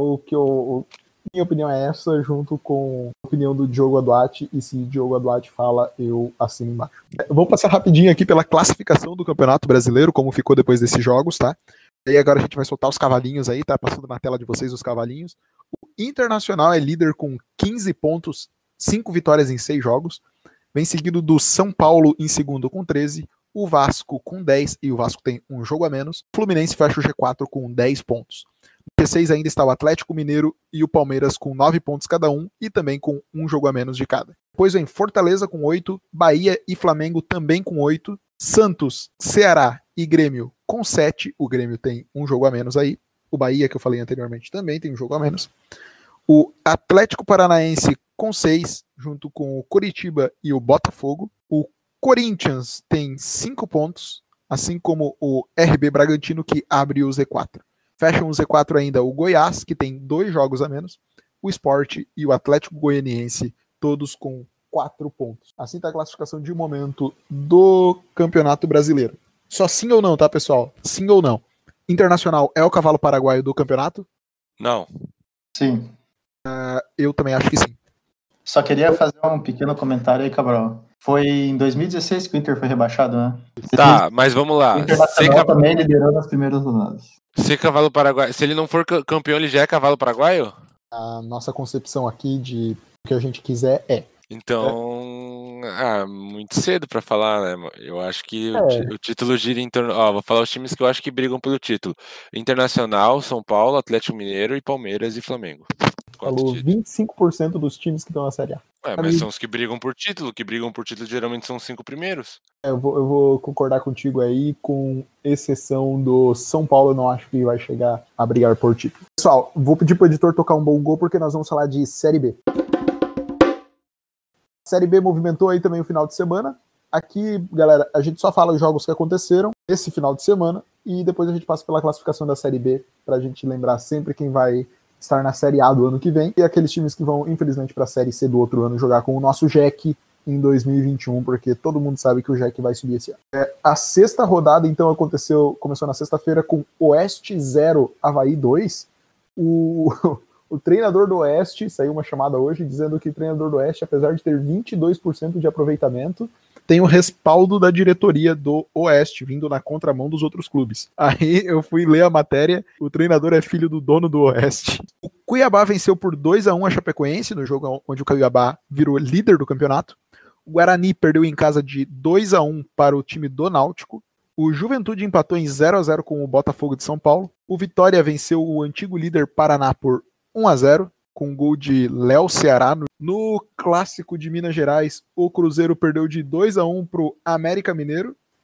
Minha opinião é essa, junto com a opinião do Diogo Aduati, e se Diogo Aduati fala, eu assino embaixo. Vamos passar rapidinho aqui pela classificação do Campeonato Brasileiro, como ficou depois desses jogos, tá? E aí agora a gente vai soltar os cavalinhos aí, tá? Passando na tela de vocês os cavalinhos. O Internacional é líder com 15 pontos, 5 vitórias em 6 jogos, vem seguido do São Paulo em segundo com 13, o Vasco com 10, e o Vasco tem um jogo a menos, o Fluminense fecha o G4 com 10 pontos. No G6 ainda está o Atlético Mineiro e o Palmeiras com 9 pontos cada um, e também com um jogo a menos de cada. Depois vem Fortaleza com 8, Bahia e Flamengo também com 8, Santos, Ceará e Grêmio com 7, o Grêmio tem um jogo a menos aí, o Bahia, que eu falei anteriormente, também tem um jogo a menos. O Atlético Paranaense com 6, junto com o Coritiba e o Botafogo. O Corinthians tem 5 pontos, assim como o RB Bragantino, que abre o Z4. Fecham o Z4 ainda o Goiás, que tem 2 jogos a menos, o Sport e o Atlético Goianiense, todos com 4 pontos. Assim está a classificação de momento do Campeonato Brasileiro. Só sim ou não, tá, pessoal? Sim ou não? Internacional é o cavalo paraguaio do campeonato?
Não.
Sim.
Eu também acho que sim.
Só queria fazer um pequeno comentário aí, Cabral. Foi em 2016 que o Inter foi rebaixado, né?
Tá, mas vamos lá.
O Internacional também liderou nas primeiras rodadas.
Se cavalo paraguaio, se ele não for campeão, ele já é cavalo paraguaio?
A nossa concepção aqui de o que a gente quiser é.
Então, muito cedo pra falar, né? Eu acho que o título gira em torno... vou falar os times que eu acho que brigam pelo título. Internacional, São Paulo, Atlético Mineiro e Palmeiras e Flamengo.
Falou 25% dos times que estão na Série A.
Mas são os que brigam por título. Que brigam por título geralmente são os 5 primeiros.
Eu vou concordar contigo aí, com exceção do São Paulo, eu não acho que vai chegar a brigar por título. Pessoal, vou pedir pro editor tocar um bom gol, porque nós vamos falar de Série B. Série B movimentou aí também o final de semana. Aqui, galera, a gente só fala os jogos que aconteceram esse final de semana e depois a gente passa pela classificação da Série B pra gente lembrar sempre quem vai estar na Série A do ano que vem e aqueles times que vão, infelizmente, pra Série C do outro ano jogar com o nosso Jack em 2021, porque todo mundo sabe que o Jack vai subir esse ano. A sexta rodada, então, começou na sexta-feira com Oeste 0, Avaí 2. O treinador do Oeste, saiu uma chamada hoje dizendo que o treinador do Oeste, apesar de ter 22% de aproveitamento, tem o respaldo da diretoria do Oeste, vindo na contramão dos outros clubes. Aí eu fui ler a matéria, o treinador é filho do dono do Oeste. O Cuiabá venceu por 2-1 a Chapecoense, no jogo onde o Cuiabá virou líder do campeonato. O Guarani perdeu em casa de 2-1 para o time do Náutico. O Juventude empatou em 0-0 com o Botafogo de São Paulo. O Vitória venceu o antigo líder Paraná por 1-0, com um gol de Léo Ceará. No clássico de Minas Gerais, o Cruzeiro perdeu de 2-1 para o América Mineiro.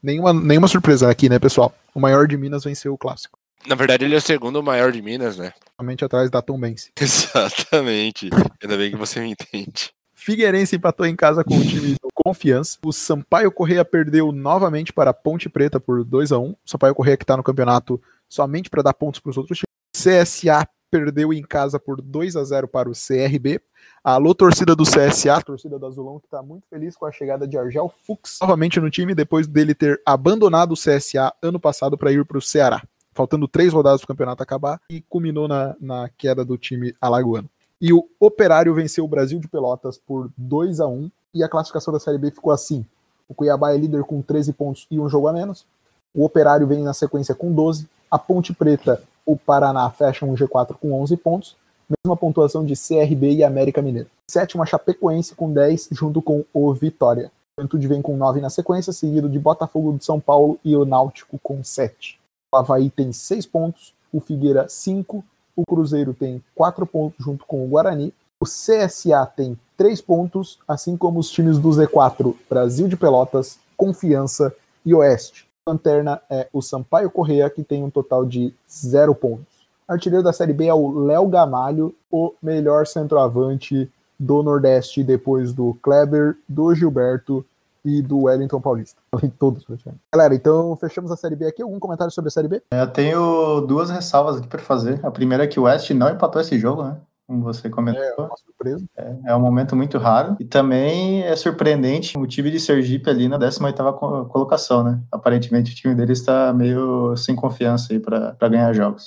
Nenhuma surpresa aqui, né, pessoal? O maior de Minas venceu o clássico.
Na verdade, ele é o segundo maior de Minas, né?
Somente atrás da Tombense.
Exatamente. Ainda bem que você me entende.
Figueirense empatou em casa com o time do Confiança. O Sampaio Corrêa perdeu novamente para a Ponte Preta por 2-1. O Sampaio Corrêa que está no campeonato somente para dar pontos para os outros times. CSA perdeu em casa por 2-0 para o CRB. Alô, torcida do CSA, torcida do Azulão, que está muito feliz com a chegada de Argel Fux novamente no time, depois dele ter abandonado o CSA ano passado para ir para o Ceará. Faltando 3 rodadas para o campeonato acabar, e culminou na queda do time alagoano. E o Operário venceu o Brasil de Pelotas por 2-1, e a classificação da Série B ficou assim. O Cuiabá é líder com 13 pontos e um jogo a menos. O Operário vem na sequência com 12. A Ponte Preta, o Paraná, fecham o G4 com 11 pontos. Mesma pontuação de CRB e América Mineiro. Sétima, Chapecoense com 10, junto com o Vitória. O Juventude vem com 9 na sequência, seguido de Botafogo de São Paulo e o Náutico com 7. O Avaí tem 6 pontos, o Figueira 5, o Cruzeiro tem 4 pontos junto com o Guarani, o CSA tem 3 pontos, assim como os times do Z4, Brasil de Pelotas, Confiança e Oeste. A lanterna é o Sampaio Corrêa, que tem um total de 0 pontos. O artilheiro da Série B é o Léo Gamalho, o melhor centroavante do Nordeste, depois do Kleber, do Gilberto e do Wellington Paulista. Todos, praticamente. Galera, então fechamos a Série B aqui. Algum comentário sobre a Série B?
Eu tenho 2 ressalvas aqui para fazer. A primeira é que o Oeste não empatou esse jogo, né? Como você comentou.
É uma surpresa.
É um momento muito raro. E também é surpreendente o time de Sergipe ali na 18ª colocação, né? Aparentemente o time deles está meio sem confiança aí para ganhar jogos.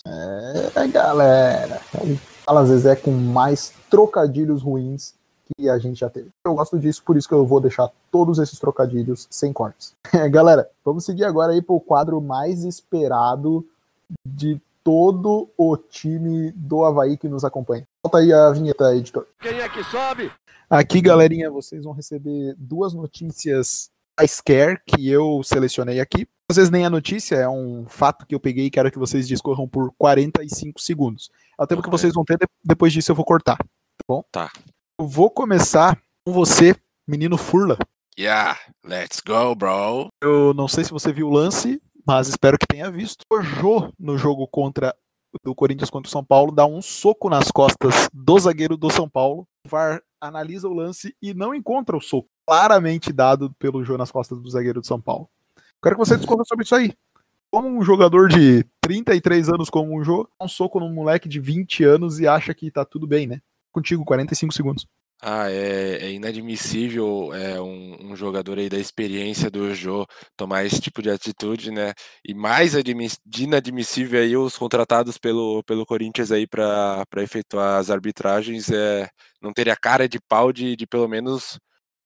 Galera. Fala Zezé com mais trocadilhos ruins que a gente já teve. Eu gosto disso, por isso que eu vou deixar todos esses trocadilhos sem cortes. Galera, vamos seguir agora aí pro quadro mais esperado de todo o time do Avaí que nos acompanha. Solta aí a vinheta, editor.
Quem é que sobe?
Aqui, galerinha, vocês vão receber 2 notícias scare que eu selecionei aqui. Às vezes nem a notícia, é um fato que eu peguei e quero que vocês discorram por 45 segundos. É o tempo que vocês vão ter, depois disso eu vou cortar, tá bom?
Tá.
Eu vou começar com você, menino Furla.
Yeah, let's go, bro.
Eu não sei se você viu o lance, mas espero que tenha visto. O Jô, no jogo do Corinthians contra o São Paulo, dá um soco nas costas do zagueiro do São Paulo. O VAR analisa o lance e não encontra o soco claramente dado pelo Jô nas costas do zagueiro do São Paulo. Quero que você discorra sobre isso aí. Como um jogador de 33 anos como o Jô, dá um soco num moleque de 20 anos e acha que tá tudo bem, né? Contigo, 45 segundos.
É inadmissível um jogador aí da experiência do Jô tomar esse tipo de atitude, né? E mais inadmissível aí os contratados pelo Corinthians aí para efetuar as arbitragens não teria cara de pau de pelo menos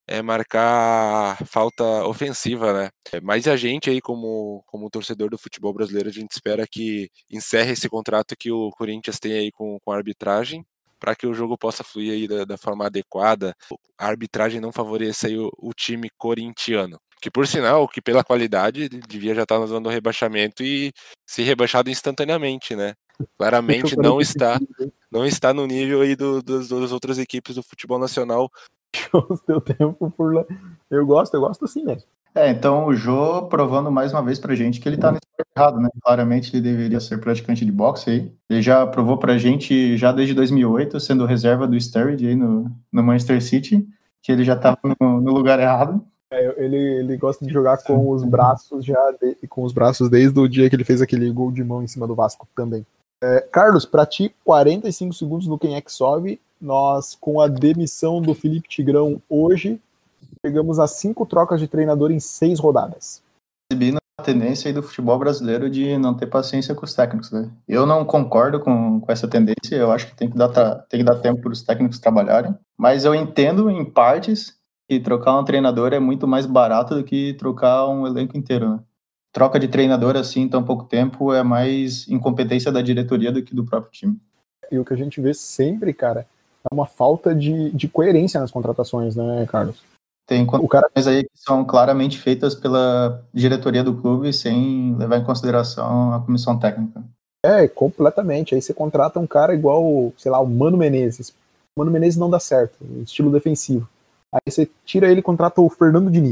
marcar falta ofensiva, né? Mas a gente aí como torcedor do futebol brasileiro, a gente espera que encerre esse contrato que o Corinthians tem aí com a arbitragem, para que o jogo possa fluir aí da forma adequada, a arbitragem não favoreça aí o time corintiano. Que por sinal, que pela qualidade, devia já estar na zona do rebaixamento e ser rebaixado instantaneamente, né? Claramente não está no nível aí das outras equipes do futebol nacional.
O teu tempo, Furla. Eu gosto assim mesmo.
Então o Jô provando mais uma vez pra gente que ele tá no esporte errado, né? Claramente ele deveria ser praticante de boxe aí. Ele já provou pra gente, já desde 2008, sendo reserva do Sturridge aí no Manchester City, que ele já tava no lugar errado.
Ele gosta de jogar com os braços com os braços desde o dia que ele fez aquele gol de mão em cima do Vasco também. Carlos, pra ti, 45 segundos no Quem é que Sobe. Nós, com a demissão do Felipe Tigrão hoje, chegamos a 5 trocas de treinador em 6 rodadas.
Percebi a tendência aí do futebol brasileiro de não ter paciência com os técnicos, né? Eu não concordo com essa tendência, eu acho que tem que dar tempo para os técnicos trabalharem, mas eu entendo em partes que trocar um treinador é muito mais barato do que trocar um elenco inteiro, né? Troca de treinador assim em tão pouco tempo é mais incompetência da diretoria do que do próprio time.
E o que a gente vê sempre, cara, é uma falta de coerência nas contratações, né, Carlos?
Tem contratações aí que são claramente feitas pela diretoria do clube sem levar em consideração a comissão técnica.
Completamente. Aí você contrata um cara igual, sei lá, o Mano Menezes. O Mano Menezes não dá certo, estilo defensivo. Aí você tira ele e contrata o Fernando Diniz.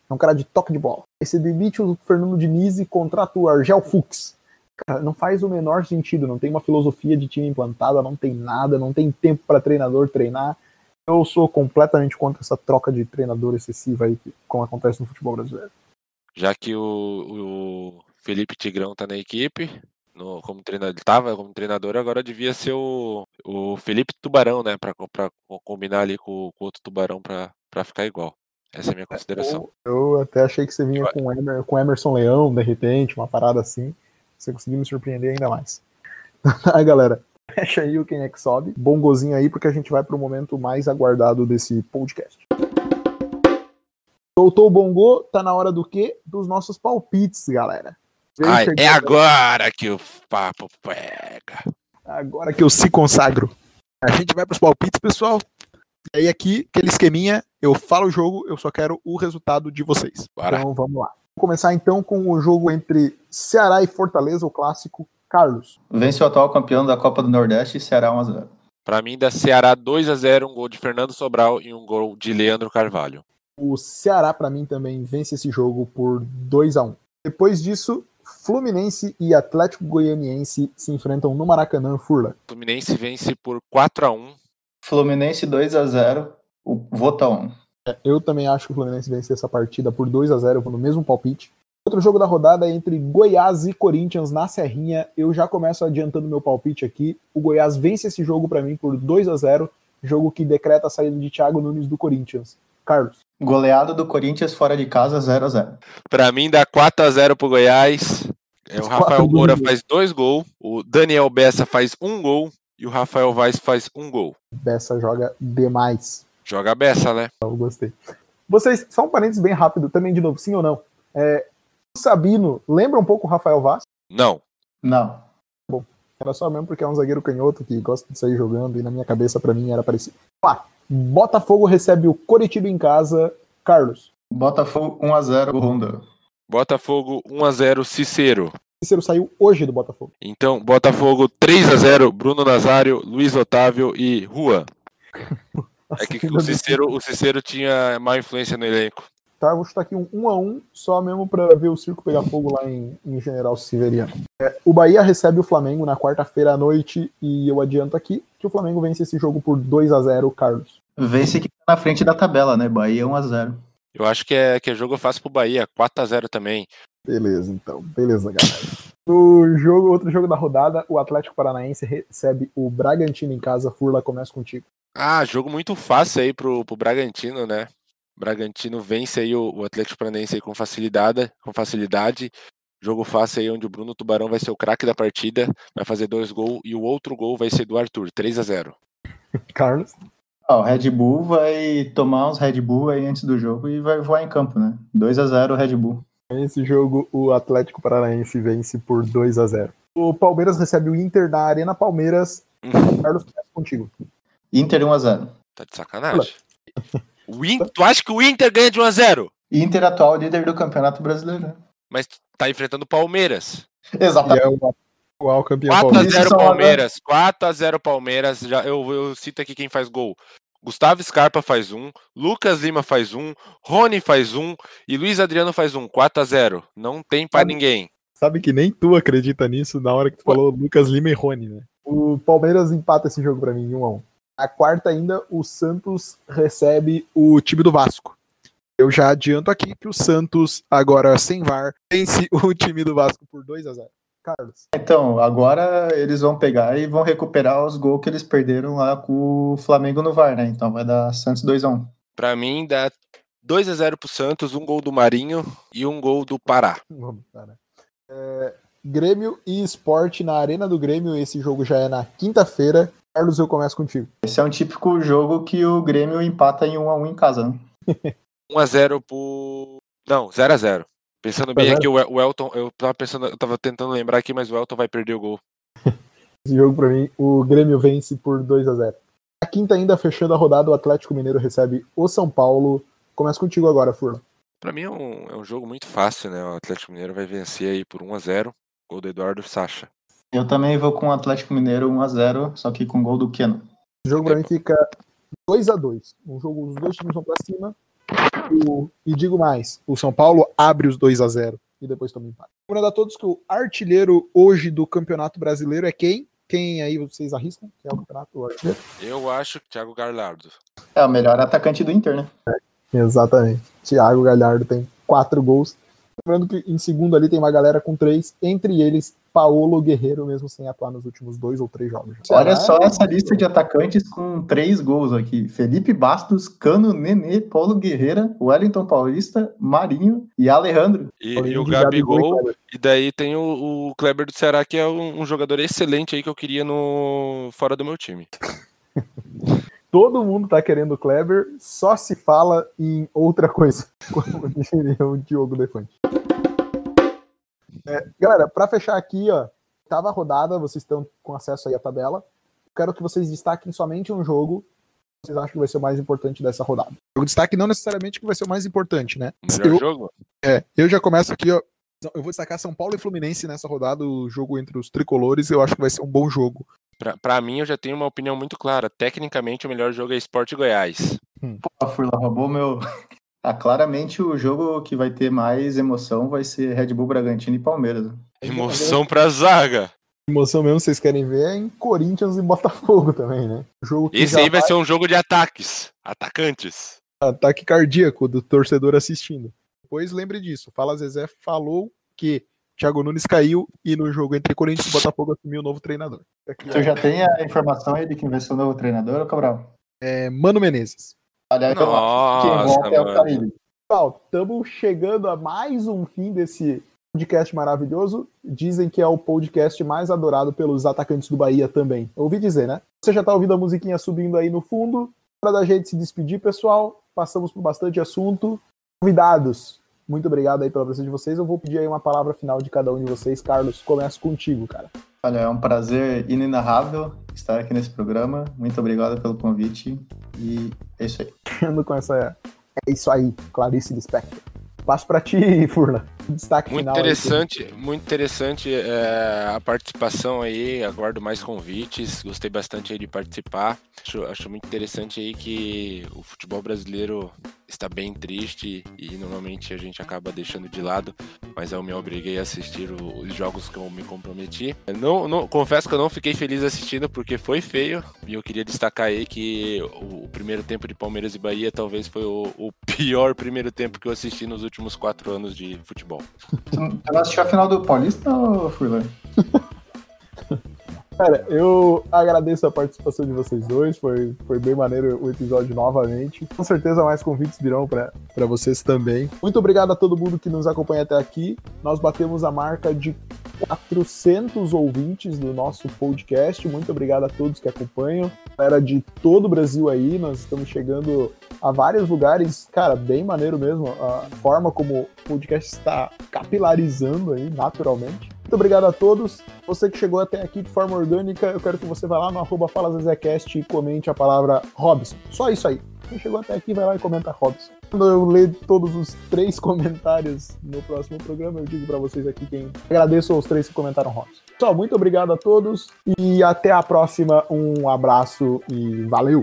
É um cara de toque de bola. Aí você demite o Fernando Diniz e contrata o Argel Fuchs. Cara, não faz o menor sentido, não tem uma filosofia de time implantada, não tem nada, não tem tempo para treinador treinar. Eu sou completamente contra essa troca de treinador excessiva aí, como acontece no futebol brasileiro.
Já que o Felipe Tigrão tá na equipe, como treinador, ele tava como treinador, agora devia ser o Felipe Tubarão, né? Pra combinar ali com o outro Tubarão pra ficar igual. Essa é a minha consideração.
Eu até achei que você vinha com Emerson Leão, de repente, uma parada assim. Você conseguiu me surpreender ainda mais. Aí, galera, fecha aí o Quem é que Sobe. Bom gozinho aí, porque a gente vai pro momento mais aguardado desse podcast. Soltou o bongo, tá na hora do quê? Dos nossos palpites, galera.
Ai, é agora que o papo pega.
Agora que eu se consagro. A gente vai pros palpites, pessoal. E aí aqui, aquele esqueminha, eu falo o jogo, eu só quero o resultado de vocês.
Bora.
Então vamos lá. Vamos começar então com o jogo entre Ceará e Fortaleza, o clássico. Carlos.
Vence o atual campeão da Copa do Nordeste e Ceará 1-0.
Pra mim, dá Ceará 2-0, um gol de Fernando Sobral e um gol de Leandro Carvalho.
O Ceará, pra mim, também vence esse jogo por 2-1. Depois disso, Fluminense e Atlético Goianiense se enfrentam no Maracanã, Furla.
Fluminense vence por 4-1.
Fluminense 2-0, o Vota 1.
Eu também acho que o Fluminense vence essa partida por 2-0, eu vou no mesmo palpite. Outro jogo da rodada é entre Goiás e Corinthians na Serrinha. Eu já começo adiantando meu palpite aqui. O Goiás vence esse jogo pra mim por 2-0, jogo que decreta a saída de Thiago Nunes do Corinthians. Carlos.
Goleado do Corinthians fora de casa 0-0.
Pra mim, dá 4-0 pro Goiás. O Rafael Moura faz 2 gols, o Daniel Bessa faz 1 gol e o Rafael Vaz faz 1 gol.
Bessa joga demais.
Joga a Bessa, né?
Eu gostei. Vocês, só um parênteses bem rápido, também de novo, sim ou não? O Sabino lembra um pouco o Rafael Vaz?
Não.
Bom, era só mesmo porque é um zagueiro canhoto que gosta de sair jogando e na minha cabeça, pra mim, era parecido. Vamos lá. Botafogo recebe o Coritiba em casa. Carlos.
Botafogo 1-0, o Honda.
Botafogo 1-0, Cícero.
Cícero saiu hoje do Botafogo.
Então, Botafogo 3-0, Bruno Nazário, Luiz Otávio e Rua. É que o Cícero tinha má influência no elenco.
Tá, eu vou chutar aqui um 1-1, só mesmo pra ver o circo pegar fogo lá em General Severiano. O Bahia recebe o Flamengo na quarta-feira à noite e eu adianto aqui que o Flamengo vence esse jogo por 2-0, Carlos.
Vence que tá na frente da tabela, né? Bahia 1-0.
Eu acho que é jogo fácil pro Bahia, 4-0 também.
Beleza, então. Beleza, galera. Outro jogo da rodada, o Atlético Paranaense recebe o Bragantino em casa. Furla, começa contigo.
Ah, jogo muito fácil aí pro Bragantino, né? O Bragantino vence aí o Atlético Paranaense aí com facilidade. Jogo fácil aí onde o Bruno Tubarão vai ser o craque da partida, vai fazer 2 gols e o outro gol vai ser do Arthur, 3-0.
Carlos?
O Red Bull vai tomar uns Red Bull aí antes do jogo e vai voar em campo, né? 2-0 Red Bull.
Nesse jogo, o Atlético Paranaense vence por 2-0. O Palmeiras recebe o Inter na Arena Palmeiras. Carlos, começa contigo.
Inter 1-0.
Tá de sacanagem. Tu acha que o Inter ganha de 1-0?
Inter atual líder do Campeonato Brasileiro, né?
Mas tá enfrentando o Palmeiras.
Exatamente.
E é o atual campeão
4-0 Palmeiras. 4-0 Palmeiras. Já, eu cito aqui quem faz gol. Gustavo Scarpa faz 1, Lucas Lima faz 1, Rony faz 1 e Luiz Adriano faz 1. 4-0. Não tem pra ninguém.
Sabe que nem tu acredita nisso na hora que tu falou Lucas Lima e Rony, né? O Palmeiras empata esse jogo pra mim, 1-1. Na quarta ainda, o Santos recebe o time do Vasco. Eu já adianto aqui que o Santos, agora sem VAR, vence o time do Vasco por 2-0. Carlos.
Então, agora eles vão pegar e vão recuperar os gols que eles perderam lá com o Flamengo no VAR, né? Então vai dar Santos 2-1.
Pra mim, dá 2-0 pro Santos, um gol do Marinho e um gol do Pará.
Vamos, cara. Grêmio e Sport na Arena do Grêmio. Esse jogo já é na quinta-feira. Carlos, eu começo contigo.
Esse é um típico jogo que o Grêmio empata em 1-1 em casa, né?
1-0 pro... Não, 0-0. Pensando bem aqui, o Elton, eu tava tentando lembrar aqui, mas o Elton vai perder o gol.
Esse jogo pra mim, o Grêmio vence por 2-0. A quinta ainda, fechando a rodada, o Atlético Mineiro recebe o São Paulo. Começa contigo agora, Furla.
Pra mim é um jogo muito fácil, né? O Atlético Mineiro vai vencer aí por 1-0, gol do Eduardo Sacha.
Eu também vou com o Atlético Mineiro 1-0, só que com gol do Keno.
O jogo pra mim fica 2-2. Um jogo, os dois times vão pra cima. E digo mais, o São Paulo abre os 2-0 e depois toma empate. Lembrando a todos que o artilheiro hoje do Campeonato Brasileiro é quem? Quem aí vocês arriscam? Quem é o campeonato artilheiro?
Eu acho que Thiago Galhardo.
É o melhor atacante do Inter, né?
Exatamente. Thiago Galhardo tem 4 gols. Lembrando que em segundo ali tem uma galera com 3, entre eles Paulo Guerreiro, mesmo sem atuar nos últimos 2 ou 3 jogos.
Olha só essa lista de atacantes com 3 gols aqui. Felipe Bastos, Cano, Nenê, Paulo Guerreira, Wellington Paulista, Marinho e Alejandro.
E o Gabigol, e daí tem o Kleber do Ceará, que é um jogador excelente aí que eu queria fora do meu time.
Todo mundo tá querendo o Kleber, só se fala em outra coisa, como diria o Diogo Defante. Galera, para fechar aqui, ó, tava rodada, vocês estão com acesso aí à tabela. Quero que vocês destaquem somente um jogo que vocês acham que vai ser o mais importante dessa rodada. O destaque não necessariamente que vai ser o mais importante, né?
O melhor jogo?
Eu já começo aqui, ó. Eu vou destacar São Paulo e Fluminense nessa rodada, o jogo entre os tricolores, eu acho que vai ser um bom jogo.
Pra mim, eu já tenho uma opinião muito clara. Tecnicamente, o melhor jogo é Sport Goiás.
Pô, a Furla roubou meu... claramente o jogo que vai ter mais emoção vai ser Red Bull Bragantino e Palmeiras.
Emoção pra zaga.
Emoção mesmo, vocês querem ver, é em Corinthians e Botafogo também, né? O jogo que
esse aí vai ser um jogo de ataques. Atacantes.
Ataque cardíaco do torcedor assistindo. Depois lembre disso. Fala Zezé falou que Thiago Nunes caiu e no jogo entre Corinthians e Botafogo assumiu o novo treinador.
Você já tem a informação aí de quem vai ser o novo treinador, ou Cabral?
Mano Menezes.
Aliás, eu acho que quem volta é o Carilli.
Pessoal, estamos chegando a mais um fim desse podcast maravilhoso. Dizem que é o podcast mais adorado pelos atacantes do Bahia também. Eu ouvi dizer, né? Você já tá ouvindo a musiquinha subindo aí no fundo. Hora da gente se despedir, pessoal. Passamos por bastante assunto. Convidados, muito obrigado aí pela presença de vocês. Eu vou pedir aí uma palavra final de cada um de vocês. Carlos, começo contigo, cara.
Olha, é um prazer inenarrável estar aqui nesse programa. Muito obrigado pelo convite e é isso aí.
Com essa... É isso aí, Clarice Lispector. Passo pra ti, Furla. Destaque
muito
final.
Muito interessante a participação aí. Aguardo mais convites. Gostei bastante aí de participar. Acho muito interessante aí que o futebol brasileiro está bem triste e normalmente a gente acaba deixando de lado, mas eu me obriguei a assistir os jogos que eu me comprometi. Confesso que eu não fiquei feliz assistindo porque foi feio e eu queria destacar aí que o primeiro tempo de Palmeiras e Bahia talvez foi o pior primeiro tempo que eu assisti nos últimos 4 anos de futebol.
Você não assistiu a final do Paulista ou Furlan?
Cara, eu agradeço a participação de vocês dois, foi bem maneiro o episódio novamente. Com certeza mais convites virão para vocês também. Muito obrigado a todo mundo que nos acompanha até aqui. Nós batemos a marca de 400 ouvintes do nosso podcast. Muito obrigado a todos que acompanham. Galera de todo o Brasil aí, nós estamos chegando a vários lugares. Cara, bem maneiro mesmo a forma como o podcast está capilarizando aí, naturalmente. Muito obrigado a todos. Você que chegou até aqui de forma orgânica, eu quero que você vá lá no @FalaZezéCast e comente a palavra Robson. Só isso aí. Quem chegou até aqui, vai lá e comenta Robson. Quando eu ler todos os 3 comentários no próximo programa, eu digo pra vocês aqui quem agradeço aos 3 que comentaram Robson. Pessoal, muito obrigado a todos e até a próxima. Um abraço e valeu!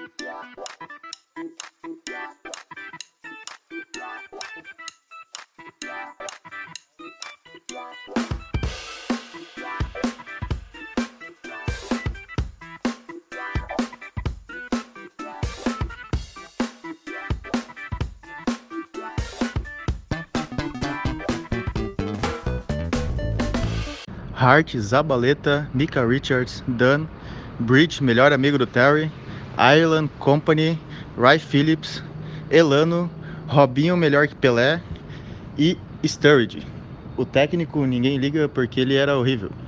Hart, Zabaleta, Mika Richards, Dan, Bridge, melhor amigo do Terry, Ireland, Company, Ray Phillips, Elano, Robinho, melhor que Pelé e Sturridge. O técnico ninguém liga porque ele era horrível.